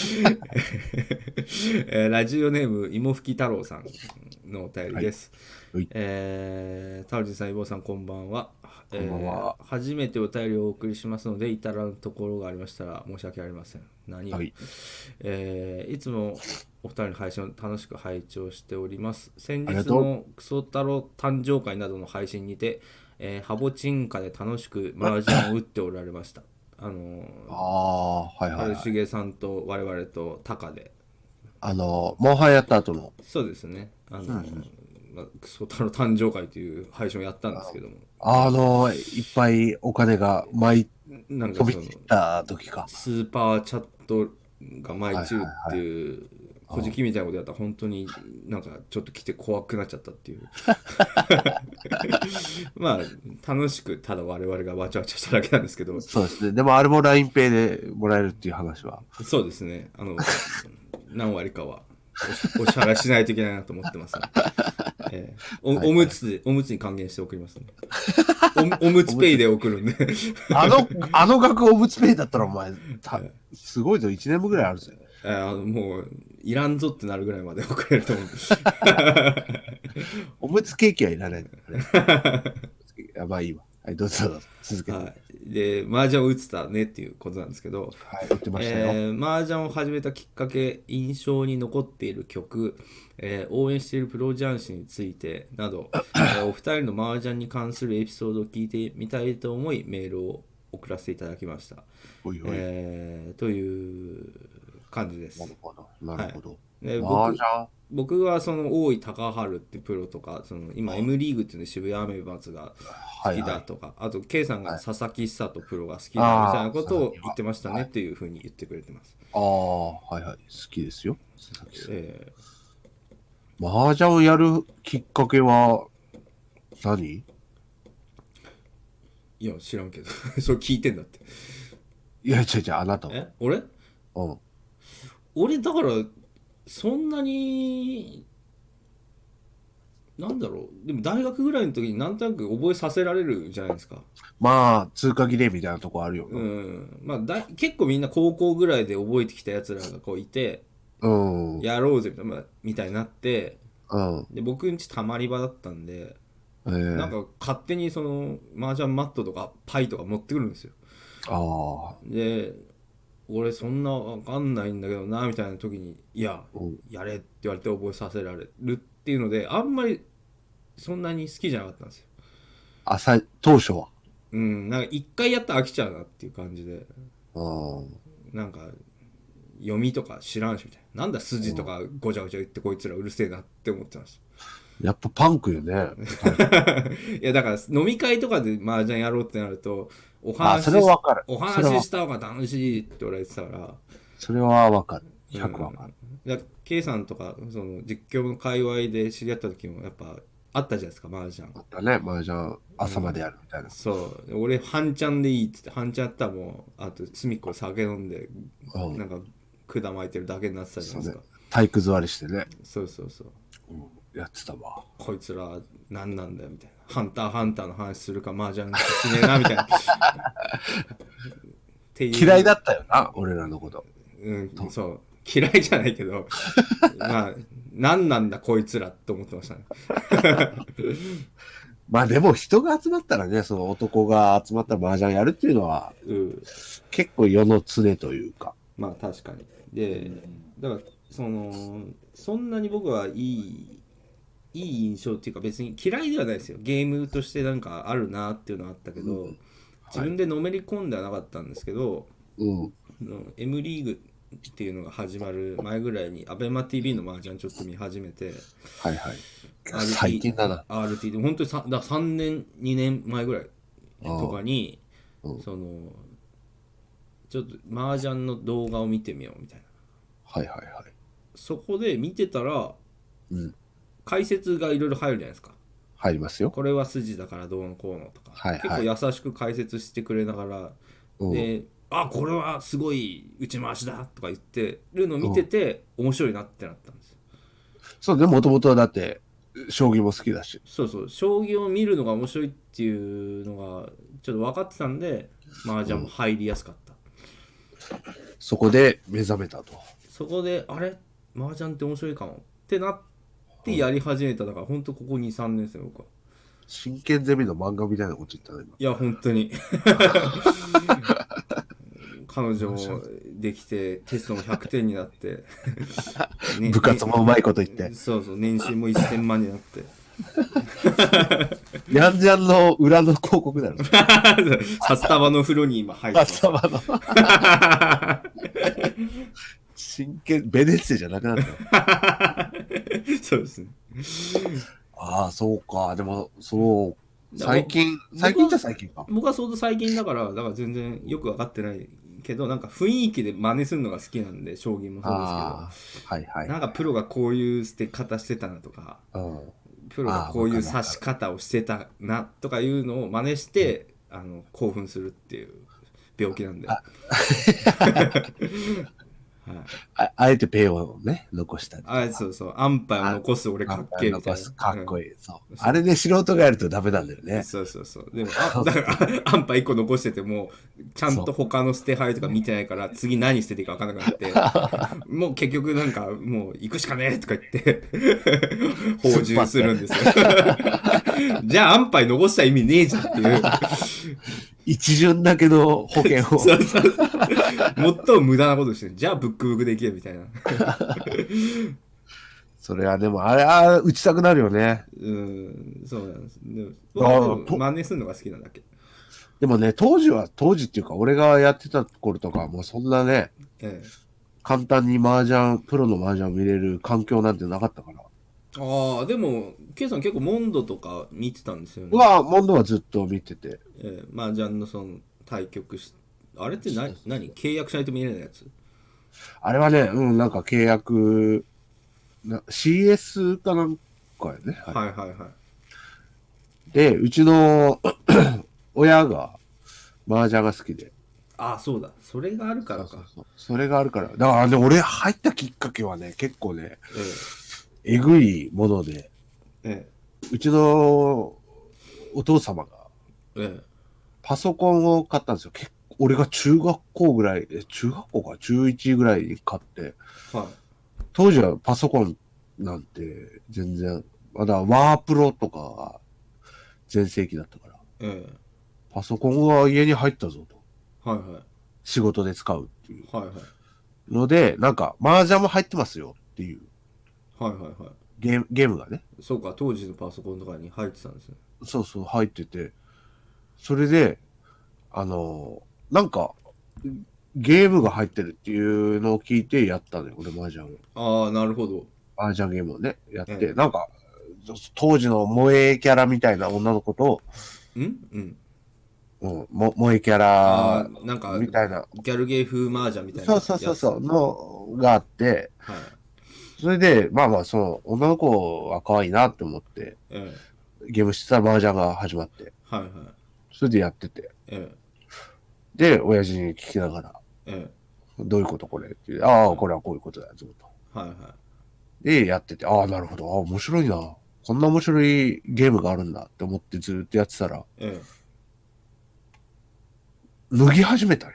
ラジオネーム芋吹太郎さんのお便りです。 はい、 タオジさん、イボさん、こんばんは。 こんばんは。 初めてお便りをお送りしますので、至らぬところがありましたら申し訳ありません。はい、いつもお二人の配信を楽しく拝聴しております。先日のクソ太郎誕生会などの配信にて、ハボチンカで楽しく麻雀を打っておられました。しげさんと我々とタカで。 モンハンやった後の。 そうですね。クソ太郎誕生会という配信をやったんですけども。 いっぱいお金が飛び散った時か。 スーパーチャットが舞い散るっていう、小じきみたいなことやったら本当になんかちょっと来て怖くなっちゃったっていう。まあ楽しくただ我々がわちゃわちゃしただけなんですけど。 そうですね。でもあれも LINEPay でもらえるっていう話は。 そうですね。何割かはお支払いしないといけないなと思ってますね。おむつに還元して送りますね。おむつペイで送るんで。 あの額おむつペイだったらお前、すごいぞ、1年分ぐらいあるぜ。 もう、いらんぞってなるぐらいまで送れると思う。 おむつケーキはいらないんだね。まあいいわ。はい、どうぞ続けて。はい、 で、麻雀を打ってたねっていうことなんですけど、 はい、打ってましたよ。 麻雀を始めたきっかけ、印象に残っている曲、応援しているプロ雀士についてなど、お二人の麻雀に関するエピソードを聞いてみたいと思いメールを送らせていただきました。という感じです。 なるほど。なるほど。 僕はその大井高春ってプロとか、その今 M リーグっていうの渋谷アメバツが好きだとか、あと K さんが佐々木久人プロが好きだみたいなことを言ってましたねっていうふうに言ってくれてます。 はいはい、好きですよ。麻雀をやるきっかけは何？ いや知らんけどそれ聞いてんだって。 いや違うあなたは。 俺だからそんなになんだろう、でも大学ぐらいの時になんとなく覚えさせられるじゃないですか。 まあ通過儀礼みたいなとこあるよ。 まあ結構みんな高校ぐらいで覚えてきたやつらがこういて、やろうぜみたいになって、で僕んちたまり場だったんで、なんか勝手にその麻雀マットとかパイとか持ってくるんですよ。で俺そんなわかんないんだけどなみたいな時にいや、やれって言われて覚えさせられるっていうので、あんまりそんなに好きじゃなかったんですよ。 当初は。 なんか一回やったら飽きちゃうなっていう感じで、なんか読みとか知らんしみたいな、なんだ筋とかごちゃごちゃ言ってこいつらうるせえなって思ってました。 やっぱパンクよね。 いやだから飲み会とかで麻雀やろうってなるとお話しした方が楽しいって言われてたから、 それはわかる。100わかる。 K さんとかその実況の界隈で知り合った時もやっぱあったじゃないですか、麻雀。 あったね、麻雀朝までやるみたいな。 そう俺半チャンでいいっつって、半チャンやったらもうあと隅っこで酒飲んで、なんか管巻いてるだけになってたじゃないですか。 体育座りしてね。 そう、 やってたわ。 こいつら何なんだよみたいな、ハンターハンターの話するか麻雀しねえなみたいな嫌いだったよな、俺らのこと。 そう嫌いじゃないけどまあ何なんだこいつらって思ってましたね。 まあでも人が集まったらね、その男が集まったら麻雀やるっていうのは、結構世の常というか。 まあ確かに。で、だからそんなに僕はいいい印象っていうか別に嫌いではないですよ。ゲームとしてなんかあるなっていうのはあったけど、自分でのめり込んではなかったんですけど、M リーグっていうのが始まる前ぐらいにアベマ TV の麻雀ちょっと見始めて、 はいはい。最近だな。 RT で本当に3年2年前ぐらいとかに、そのちょっと麻雀の動画を見てみようみたいな。 はいはいはい。 そこで見てたら、解説がいろいろ入るじゃないですか。 入りますよ。 これは筋だからどうのこうのとか、結構優しく解説してくれながら、で、これはすごい打ち回しだとか言ってるのを見てて、面白いなってなったんですよ。 そうね、もともとだって将棋も好きだし。 そうそう、将棋を見るのが面白いっていうのがちょっと分かってたんで、麻雀も入りやすかった。 そこで目覚めたと。 そこであれ麻雀って面白いかもってなってやり始めた。だから本当ここ 2,3 年ですよ僕は。 真剣ゼミの漫画みたいなこと言ったね今。 いや本当に彼女もできてテストも100点になって部活もうまいこと言って、 そうそう、年収も1000万になってヤンジャンの裏の広告だろ札束の風呂に今入ってます。 札束の真剣ベネッセじゃなくなったそうですね。 ああそうか。でもそう最近じゃ最近か。 僕は相当最近だから全然よく分かってないけど、なんか雰囲気で真似するのが好きなんで、将棋もそうですけど、はいはい、なんかプロがこういう捨て方してたなとか、プロがこういう指し方をしてたなとかいうのを真似して、興奮するっていう病気なんで。 あえてペイをね残したり、 そうそう、安牌を残す俺かっけえみたいな、 かっこいい、そうあれで素人がやるとダメなんだよね。 そうそうそう。でもだから安牌1個残しててもちゃんと他の捨て牌とか見てないから次何捨てていいか分かんなくなってもう結局なんかもう行くしかねえとか言って放充するんですよじゃあ安牌残した意味ねえじゃんっていう一巡だけの保険をそうそう最も無駄なことしてる。じゃあブックブックできるみたいなそれはでもあれ打ちたくなるよね。 そうなんです。でも真似するのが好きなだけ。 でもね当時っていうか俺がやってた頃とかもうそんなね、簡単にプロの麻雀見れる環境なんてなかったから。 でも K さん結構モンドとか見てたんですよね。 モンドはずっと見てて、 麻雀のその対局あれって何契約しないと見れないやつ？ あれはねなんか契約CS かなんかやね。 はいはいはい。 でうちの親が麻雀が好きで。 そうだ、それがあるからか。 それがあるから。だからね俺入ったきっかけはね結構ね、えぐいもので、うちのお父様が、パソコンを買ったんですよ。俺が中学校ぐらい、中学校か中1ぐらいに買って、当時はパソコンなんて全然、まだワープロとかが全盛期だったから、パソコンが家に入ったぞと。仕事で使うっていう。ので、なんか、麻雀も入ってますよっていう。ゲームがね。 そうか、当時のパソコンとかに入ってたんですね。 そうそう、入ってて。それで、なんか、ゲームが入ってるっていうのを聞いてやったのよ、俺麻雀を。なるほど。 麻雀ゲームをね、やって、なんか、当時の萌えキャラみたいな女の子と、萌えキャラなんかみたいな。 ギャルゲー風麻雀みたいな。 そう、のがあって、それで、その、女の子は可愛いなって思って、ゲームしてたら麻雀が始まって、それでやってて、で、親父に聞きながら、どういうことこれって、これはこういうことだよ、ずっと。で、やってて、なるほど、面白いな。こんな面白いゲームがあるんだって思ってずっとやってたら、脱ぎ始めたよ。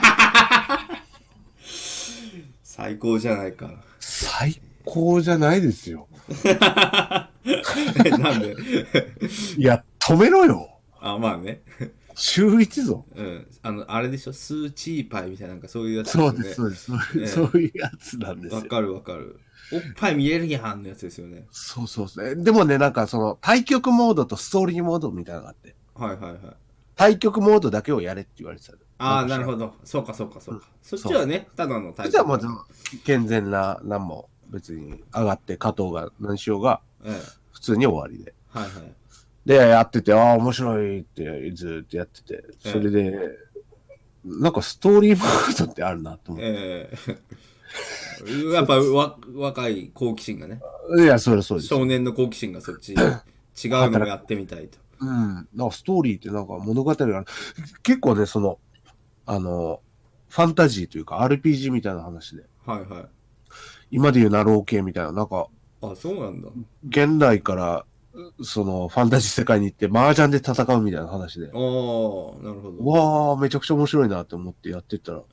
最高じゃないか。 最高じゃないですよ。 なんでいや、止めろよ。 まあね。 中一ぞ。 うん。あれでしょ、スーチーパイみたいな、なんかそういうやつそうです、そうです。そういうやつなんですよ。 わかるわかる。おっぱい見えるやんのやつですよね。 そうそうそう。でもね、なんかその、対局モードとストーリーモードみたいなのがあって。 はいはいはい。 対局モードだけをやれって言われてた。 ああ、なるほど。そうかそうかそうか。そっちはね、ただの対局。そっちはもう健全な、なんも別に上がって加藤が何しようが、普通に終わりで。 はいはい。 で、やってて、ああ、面白いってずっとやってて、それで、なんかストーリーモードってあるなと思って。 やっぱ若い好奇心がね。 いや、そうです。 少年の好奇心がそっち、違うのもやってみたいと。 うん。なんかストーリーってなんか物語がある。結構ね、その、ファンタジーというか RPG みたいな話で。 はいはい。 今で言うナロー系みたいな、なんか、 あ、そうなんだ。 現代から、その、ファンタジー世界に行って、麻雀で戦うみたいな話で。ああ、なるほど。 わあ、めちゃくちゃ面白いなって思ってやってたら、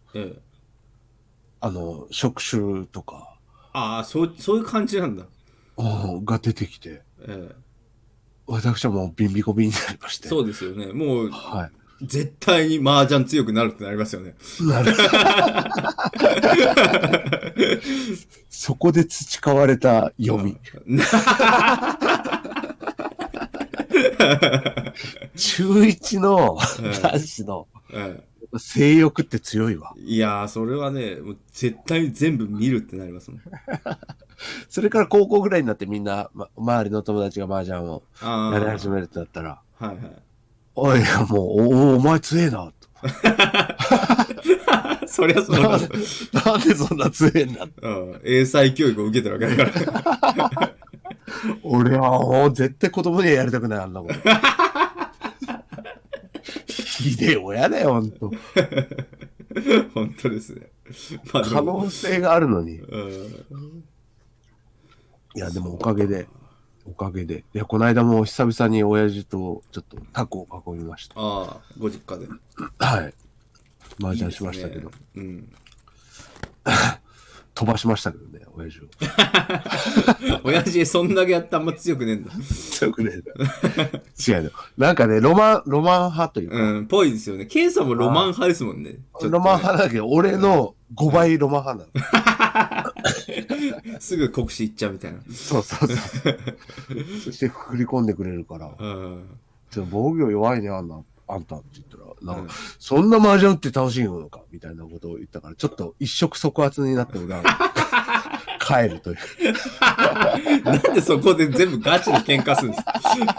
触手とか。 ああ、そういう感じなんだ。 が出てきて。私はもうビンビコビンになりまして。 そうですよね。もう、はい。絶対に麻雀強くなるってなりますよね。なる。 そこで培われた読み。中1の男子の性欲って強いわ。 いやー、それはね、もう絶対に全部見るってなりますもん。 それから高校ぐらいになってみんな、周りの友達が麻雀をやり始めるってなったら、 はいはい。 おい、もう、お前強えな、と。 そりゃそうだ。 なんでそんな強えんだ。 英才教育を受けてるわけだから。 俺はもう絶対子供にはやりたくない、あんなこと。ひでえ親だよ、ほんと。 本当ですね。 可能性があるのに。いや、でもおかげで。いや、この間も久々に親父とちょっとタコを囲みました。 ああ、ご実家で。 はい。麻雀しましたけど。いいね、飛ばしましたけどね、親父を。 親父そんだけやったらあんま強くねえんだ。 強くねえんだ。違うの。なんかね、ロマン派というか。 ぽいですよね。ケイさんもロマン派ですもんね。ねロマン派だけど、俺の5倍ロマン派なの。すぐ国士行っちゃうみたいな。 そう。そして振り込んでくれるから。防御弱いね、あんたって言ったら、なんか、そんな麻雀って楽しいのかみたいなことを言ったから、ちょっと一触即発になって俺は帰るという。 なんでそこで全部ガチで喧嘩するんですか。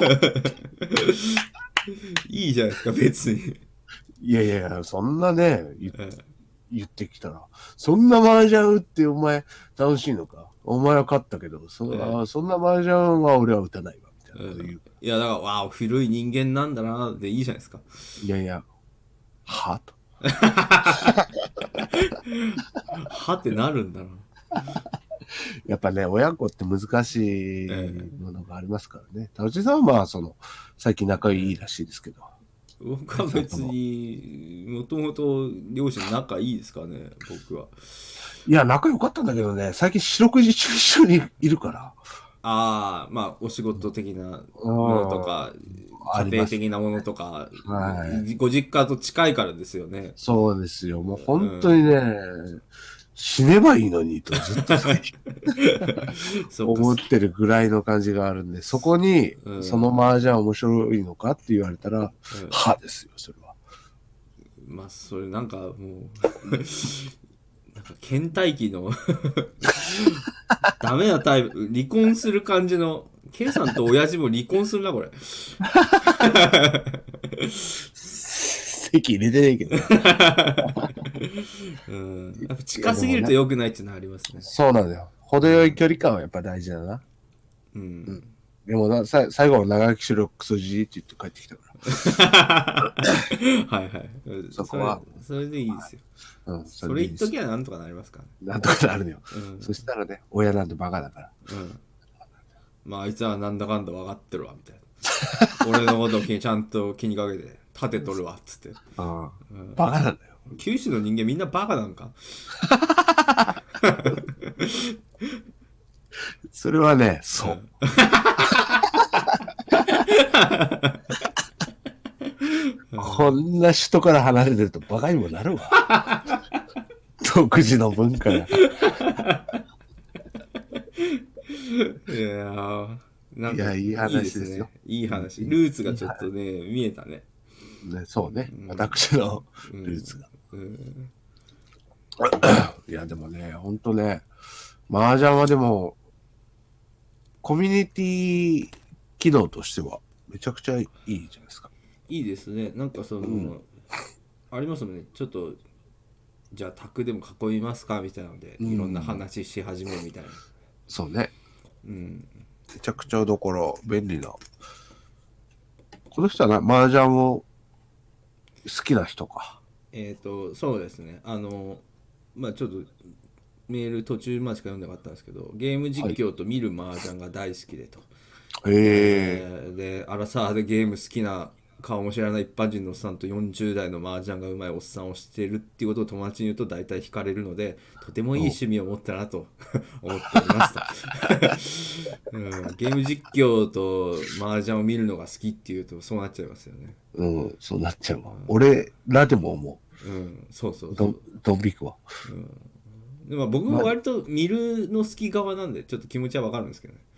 いいじゃないですか、別に。 いや、そんなね、言ってきたら、そんな麻雀打ってお前楽しいのか、お前は勝ったけど、そんな麻雀は俺は打たないわ、みたいなこと言う。 いや、だから、わあ、古い人間なんだな、でいいじゃないですか。 いや、はと。 はってなるんだな。 やっぱね、親子って難しいものがありますからね。田内さんはまあ、最近仲いいらしいですけど。 僕は別に、もともと両親仲いいですからね、僕は。 いや、仲良かったんだけどね、最近四六時中一緒にいるから。 ああ、まあ、お仕事的なものとか、家庭的なものとか、ご実家と近いからですよね。 そうですよ。もう本当にね、死ねばいいのにとずっと思ってるぐらいの感じがあるんで、そこに、その麻雀面白いのかって言われたら、はですよ、それは。 まあ、それなんかもう、なんか倦怠期のダメなタイプ、離婚する感じの、K さんと親父も離婚するな、これ。 席入れてないけど。 やっぱ近すぎると良くないっていうのはありますね。 そうなんだよ。程よい距離感はやっぱ大事だな。でも最後は長生きしろクソじじいって言って帰ってきたから。 はい。そこは。それでいいですよ。それ言っときゃなんとかなりますからね。 なんとかなるのよ。そしたらね、親なんてバカだから。 まああいつはなんだかんだ分かってるわ、みたいな。俺のことをちゃんと気にかけて、盾取るわ、っつって。 バカなんだよ。 九州の人間みんなバカなんか。 それはね、そう。 こんな人から離れてるとバカにもなるわ。独自の文化が。いやー、なんかいい話ですよ。 いい話。ルーツがちょっとね、見えたね。 そうね。私のルーツが。いや、でもね、ほんとね、麻雀はでも、コミュニティ機能としては、めちゃくちゃいいじゃないですか。 いいですね。なんかありますもんね。ちょっと、じゃあ卓でも囲みますかみたいなので、いろんな話し始めるみたいな。 そうね。めちゃくちゃだから便利な。この人は麻雀を好きな人か。 そうですね。まあちょっとメール途中までしか読んでなかったんですけど、ゲーム実況と見る麻雀が大好きでと。で、アラサーでゲーム好きな顔も知らない一般人のおっさんと40代の麻雀がうまいおっさんを知っているっていうことを友達に言うと大体惹かれるので、とてもいい趣味を持ったなと思っておりますと、ゲーム実況と麻雀を見るのが好きっていうとそうなっちゃいますよね。 そうなっちゃうわ。俺らでも思う。そうそうそう。どんびくわ。 でも僕も割と見るの好き側なんでちょっと気持ちはわかるんですけどね。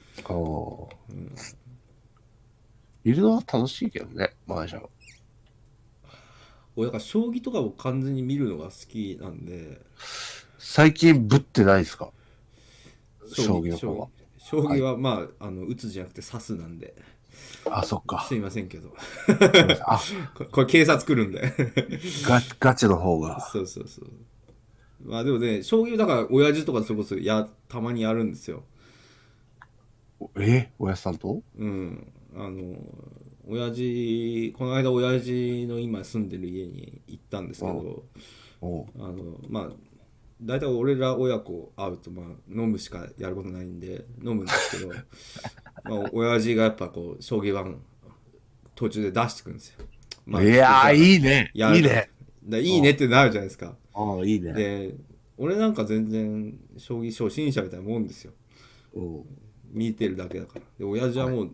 見るのは楽しいけどね、麻雀。 俺だから将棋とかを完全に見るのが好きなんで。 最近ぶってないですか？将棋の方は。 将棋はまあ、打つじゃなくて指すなんで。 そっか。 すいませんけど。これ警察来るんで。 ガチの方が。 そうそうそう。まあでもね、将棋だから親父とかそれこそたまにやるんですよ。 親父さんと？ 親父、この間親父の今住んでる家に行ったんですけど、まあ、大体俺ら親子会うと、まあ、飲むしかやることないんで、飲むんですけど、まあ、親父がやっぱこう、将棋盤、途中で出してくるんですよ。まあ、 いやー、いいね。いいね。 いいねってなるじゃないですか。 いいね。 で、俺なんか全然、将棋初心者みたいなもんですよ。見てるだけだから。で、親父はもう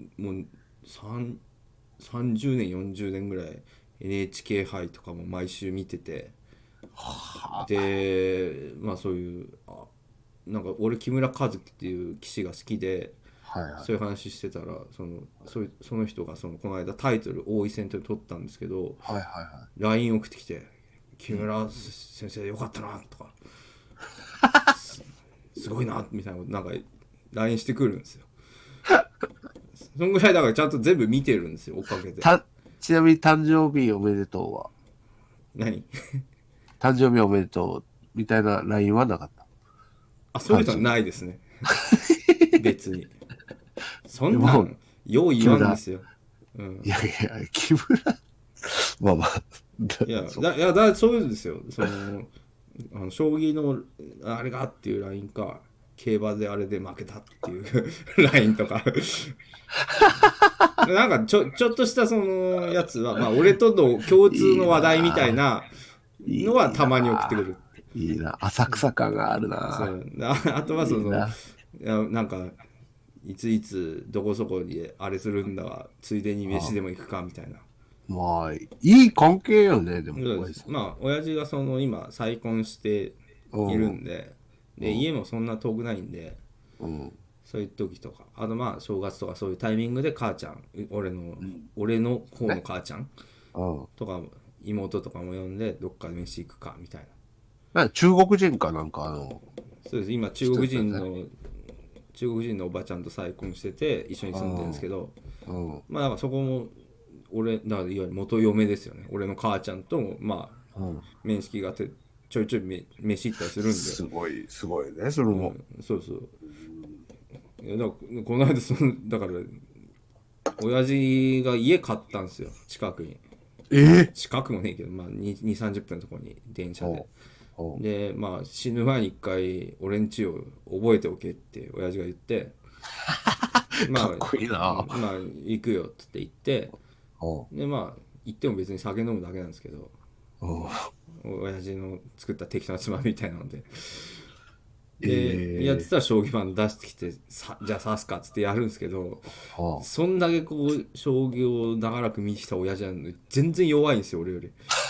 30年、40年ぐらい NHK 杯とかも毎週見てて、で、まあそういう、なんか俺木村一樹っていう棋士が好きで、そういう話してたらその人がこの間タイトル王位戦と取ったんですけど、LINE 送ってきて「木村先生よかったな」とかすごいなみたいななんか LINE してくるんですよ。そんぐらいだからちゃんと全部見てるんですよ、追っかけて。 ちなみに誕生日おめでとうは何誕生日おめでとうみたいな LINE はなかった？ そういうのはないですね。別にそんなんよう言わんですよ。 いやいや、木村まあまあいやそういうんですよ。将棋のあれがっていう LINE か、競馬であれで負けたっていうLINE とかなんかちょっとしたそのやつは、まあ俺との共通の話題みたいなのはたまに送ってくる。 いいな、浅草感があるな。 あとはなんかいついつどこそこにあれするんだわ、ついでに飯でも行くかみたいな。 まあいい関係よね。でもまあ親父が今再婚しているんで、家もそんな遠くないんで、そういう時とか、あとまあ正月とかそういうタイミングで母ちゃん、俺の方の母ちゃんとか妹とかも呼んでどっかで飯行くかみたいな。中国人かなんかそうです。今中国人のおばちゃんと再婚してて一緒に住んでるんですけど、まあだからそこもだからいわゆる元嫁ですよね。俺の母ちゃんともまあ、面識があってちょいちょい飯行ったりするんで。 すごいね、それも。 そうそう。だからこの間だから親父が家買ったんですよ、近くに。近くもねえけど、まあ2、30分のところに電車で。で、まあ死ぬ前に一回俺ん家を覚えておけって親父が言って、 まあ、かっこいいな。 まあ行くよっつって言って、でまあ行っても別に酒飲むだけなんですけど、親父の作った適当なつまみみたいなので。 やってたら将棋盤出してきて、じゃあ指すかっつってやるんですけど、そんだけこう、将棋を長らく見てきた親父なのに、全然弱いんですよ、俺より。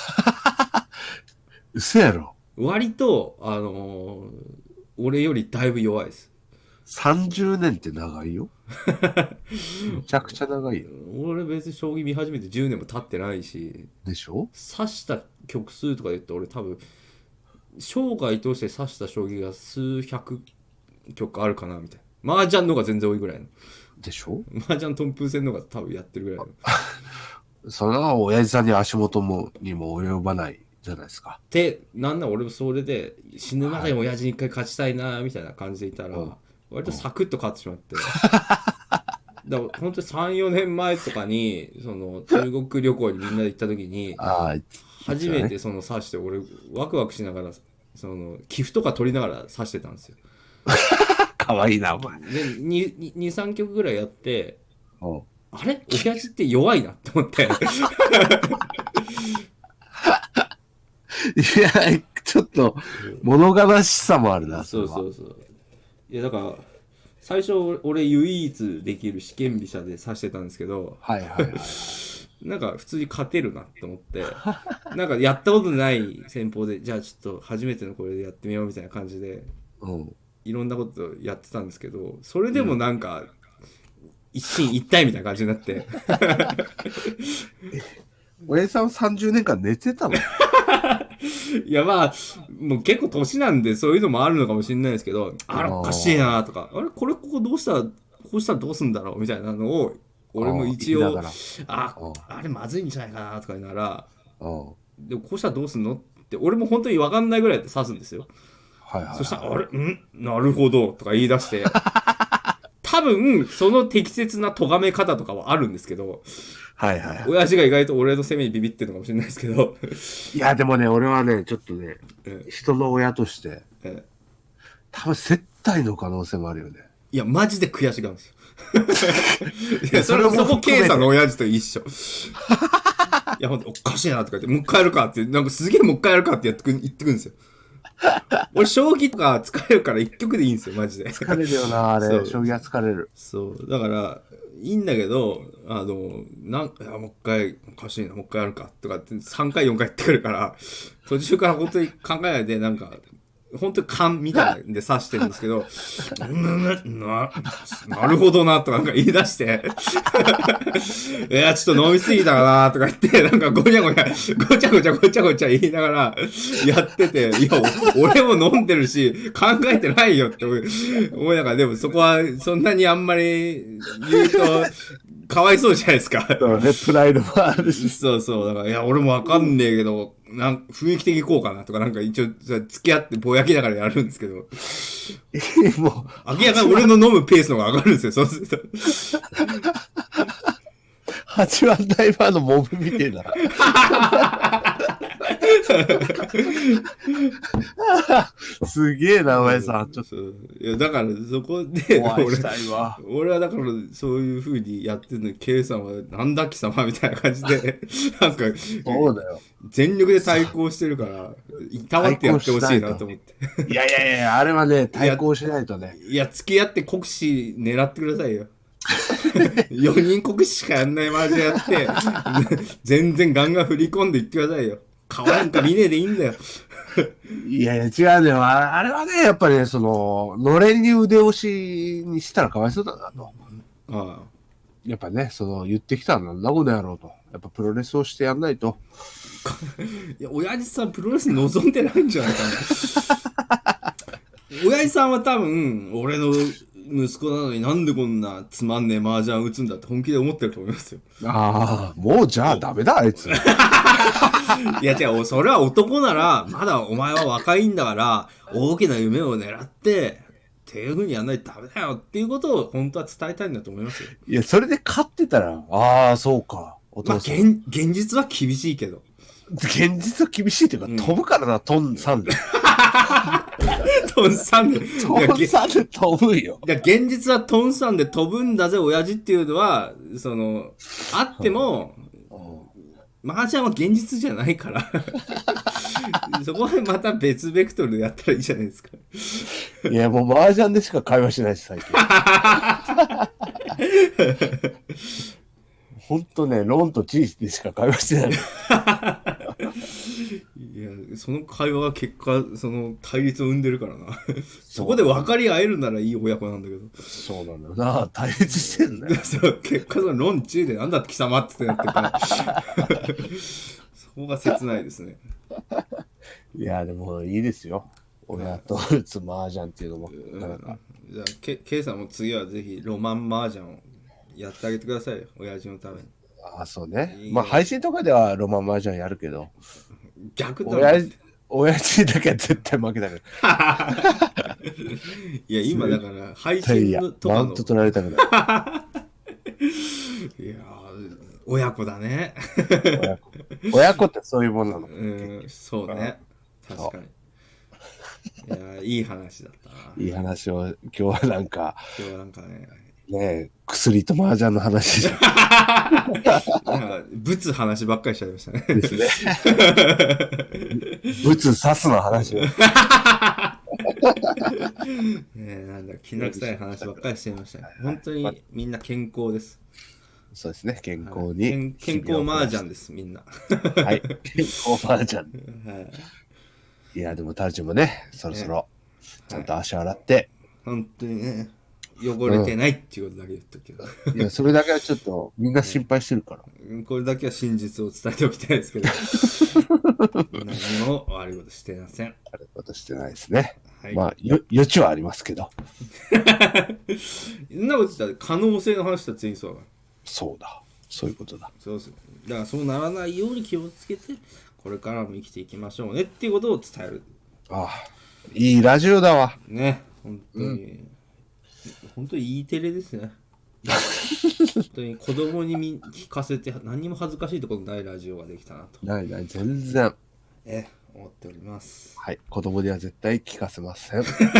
嘘やろ。 割と、俺よりだいぶ弱いです。 30年って長いよ。めちゃくちゃ長いよ。 俺別に将棋見始めて10年も経ってないし。 でしょ？ 指した局数とかで言って俺多分、生涯通して指した将棋が数百局あるかなみたいな。麻雀の方が全然多いぐらいの。 でしょ？ 麻雀トンプー戦の方が多分やってるぐらいの。その親父さんに足元にも及ばないじゃないですか。 で、なんなら俺もそれで死ぬまでに親父に一回勝ちたいなみたいな感じでいたら、割とサクッと勝ってしまって。だから本当に3、4年前とかに、その中国旅行にみんなで行った時に、初めてその指して俺ワクワクしながら、その寄付とか取りながら指してたんですよ。 かわいいな、お前。 で、2、3曲ぐらいやって、あれ親父って弱いなって思って。いや、ちょっと物悲しさもあるな。 そうそうそう。いや、だから、最初俺唯一できる試験飛車で指してたんですけど、なんか普通に勝てるなって思って、なんかやったことない戦法で、じゃあちょっと初めてのこれでやってみようみたいな感じで、いろんなことやってたんですけど、それでもなんか、一進一退みたいな感じになって。 親父さんは30年間寝てたの？ いやまあ、もう結構年なんでそういうのもあるのかもしれないですけど、あれおかしいなとか、あれここどうしたら、こうしたらどうすんだろうみたいなのを、俺も一応、あれまずいんじゃないかなとか言いながら、でもこうしたらどうすんのって、俺も本当に分かんないぐらいで指すんですよ。そしたら、なるほどとか言い出して、多分、その適切な咎め方とかはあるんですけど、親父が意外と俺の攻めにビビってるのかもしれないですけど。 いや、でもね、俺はね、ちょっとね、人の親として、多分接待の可能性もあるよね。 いや、マジで悔しがるんですよ。いや、そこ、K さんの親父と一緒。いや、ほんと、おかしいなとか言って、もう一回やるかって、なんかすげえもう一回やるかって言ってくんですよ。俺、将棋とか疲れるから一局でいいんですよ、マジで。 疲れるよな、あれ。将棋は疲れる。 そう。だから、いいんだけど、もう一回、おかしいな、もう一回やるか、とかって3回、4回言ってくるから、途中から本当に考えないで、なんか、本当に勘みたいなんで指してるんですけど、なるほどな、とかなんか言い出して、いや、ちょっと飲みすぎたかな、とか言って、なんかごちゃごちゃ言いながらやってて、いや、俺も飲んでるし、考えてないよって思いながら、でもそこはそんなにあんまり言うと、かわいそうじゃないですか。 そうね、プライドもあるし。 そうそう。だから、いや、俺もわかんねえけど、雰囲気的にこうかなとか、なんか一応、付き合ってぼやきながらやるんですけど。もう、明らかに俺の飲むペースの方が上がるんですよ、そうすると。 八番ダイバーのモブみてえな。すげえな、お前さん。ちょっと。 いや、だからそこで、俺はだからそういう風にやってるのに、K さんはなんだ貴様みたいな感じで、なんか、 そうだよ。 全力で対抗してるから、いたわってやってほしいなと思って。 いや、あれはね、対抗しないとね。 いや、付き合って国士狙ってくださいよ。4人国士しかやんないマージやって、全然ガンガン振り込んでいってくださいよ。顔なんか見ねえでいいんだよ。 いや、違うんだよ。あれはね、やっぱりね、のれんに腕押しにしたらかわいそうだなと。やっぱね、言ってきたらなんだこの野郎と。やっぱプロレスをしてやんないと。 いや、親父さんプロレス望んでないんじゃないかな。親父さんは多分、俺の息子なのになんでこんなつまんねえ麻雀打つんだって本気で思ってると思いますよ。 もうじゃあダメだ、あいつ。 いや違う、それは男なら、まだお前は若いんだから、大きな夢を狙って、っていう風にやんないとダメだよっていうことを本当は伝えたいんだと思いますよ。 いや、それで勝ってたら、そうか。 まあ、現実は厳しいけど。 現実は厳しいっていうか、飛ぶからな、トン3で。 トン3で。 トン3で飛ぶよ。 いや、現実はトン3で飛ぶんだぜ、親父っていうのは、あっても、麻雀は現実じゃないから。そこはまた別ベクトルでやったらいいじゃないですか。 いや、もう麻雀でしか会話しないし、最近。ほんとね、ロンとチーでしか会話してない。 いや、その会話が結果、その対立を生んでるからな。そこで分かり合えるならいい親子なんだけど。 そうなんだよな。対立してんだよ。 そう、結果そのロンチーでなんだって貴様ってなってるから。そこが切ないですね。 いや、でもいいですよ。親と打つ麻雀っていうのも。 じゃあ、ケイさんも次はぜひロマン麻雀をやってあげてくださいよ。親父のために。 ああ、そうね。まあ配信とかではロマン麻雀やるけど。 逆だ親父だけは絶対負けたけど。 いや、今だから配信とかの。 マウント取られたくない。 いや親子だね。 親子ってそういうもんなの。 そうね。確かに。いやいい話だったな。 いい話を今日はなんかね。 ねえ、薬と麻雀の話じゃん。ぶつ話ばっかりしちゃいましたね。 ですね。ぶつ刺すの話を。 なんだ、きな臭い話ばっかりしていましたね。本当にみんな健康です。 そうですね、健康に。 健康麻雀です、みんな。 はい、健康麻雀。いや、でもタルチもね、そろそろちゃんと足洗って。 本当にね。汚れてないっていうことだけ言っとくけど、 いや、それだけはちょっとみんな心配してるから、 これだけは真実を伝えておきたいですけど何も悪いことしてません。 悪いことしてないですね、まあ余地はありますけどそんなこと言ったら可能性の話したら全員そうだから。 そうだ、そういうことだ。 そうですよ。だからそうならないように気をつけてこれからも生きていきましょうねっていうことを伝える。 ああ、いいラジオだわね。本当に、本当にいいテレですね。本当に子供に聞かせて何にも恥ずかしいところないラジオができたなと。 ない全然思っております。 はい、子供には絶対聞かせません。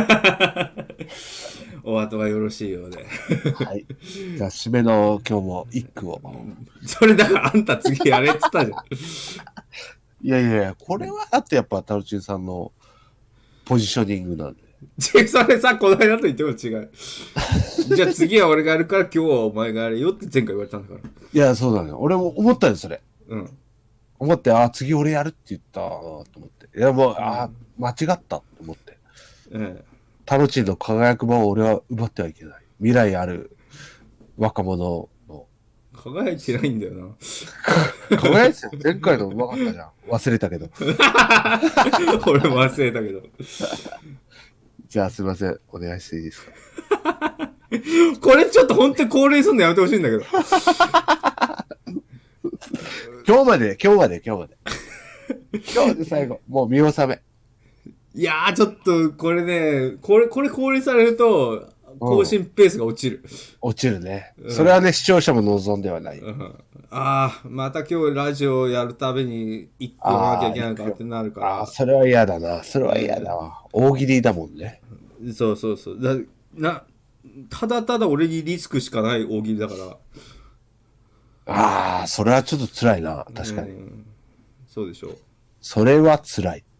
お後がよろしいようで。 はい。じゃあ締めの今日も一句を。 それだからあんた次やれって言ったじゃん。 いや、これはだってやっぱタルチンさんのポジショニングなんで。 それさ、この間と言っても違う。じゃあ次は俺がやるから今日はお前がやれよって前回言われたんだから。 いや、そうなのよ。俺も思ったよ、それ。思って、次俺やるって言ったなと思って。いや、もう、間違ったと思って。タルチンの輝く場を俺は奪ってはいけない。未来ある若者の。 輝いてないんだよな。 輝いてたよ。前回のうまかったじゃん。忘れたけど。 俺も忘れたけど。 じゃあすいません。お願いしていいですか。 これちょっと本当に恒例すんのやめてほしいんだけど。 今日まで。今日で最後。もう見納め。 いやー、ちょっと、これね、これ恒例されると、更新ペースが落ちる。 落ちるね。それはね、視聴者も望んではない。 また今日ラジオやるたびに一個やらなきゃいけないかってなるから。 それは嫌だな。それは嫌だわ。大喜利だもんね。 そう。ただただ俺にリスクしかない大喜利だから。 それはちょっと辛いな。確かに。 そうでしょう。 それは辛い。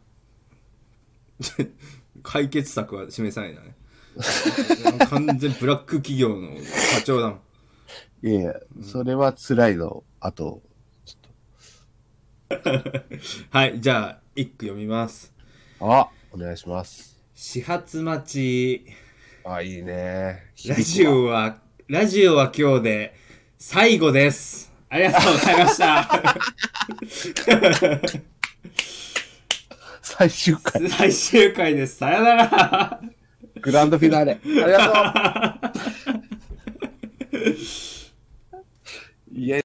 解決策は示さないんだね。完全ブラック企業の社長だもん。 いや、それは辛いの。あと、ちょっと。 はい、じゃあ、一句読みます。 お願いします。 始発待ち。 いいね。 ラジオは今日で最後です。ありがとうございました。 最終回です。さよなら。 グランドフィナーレ。ありがとう。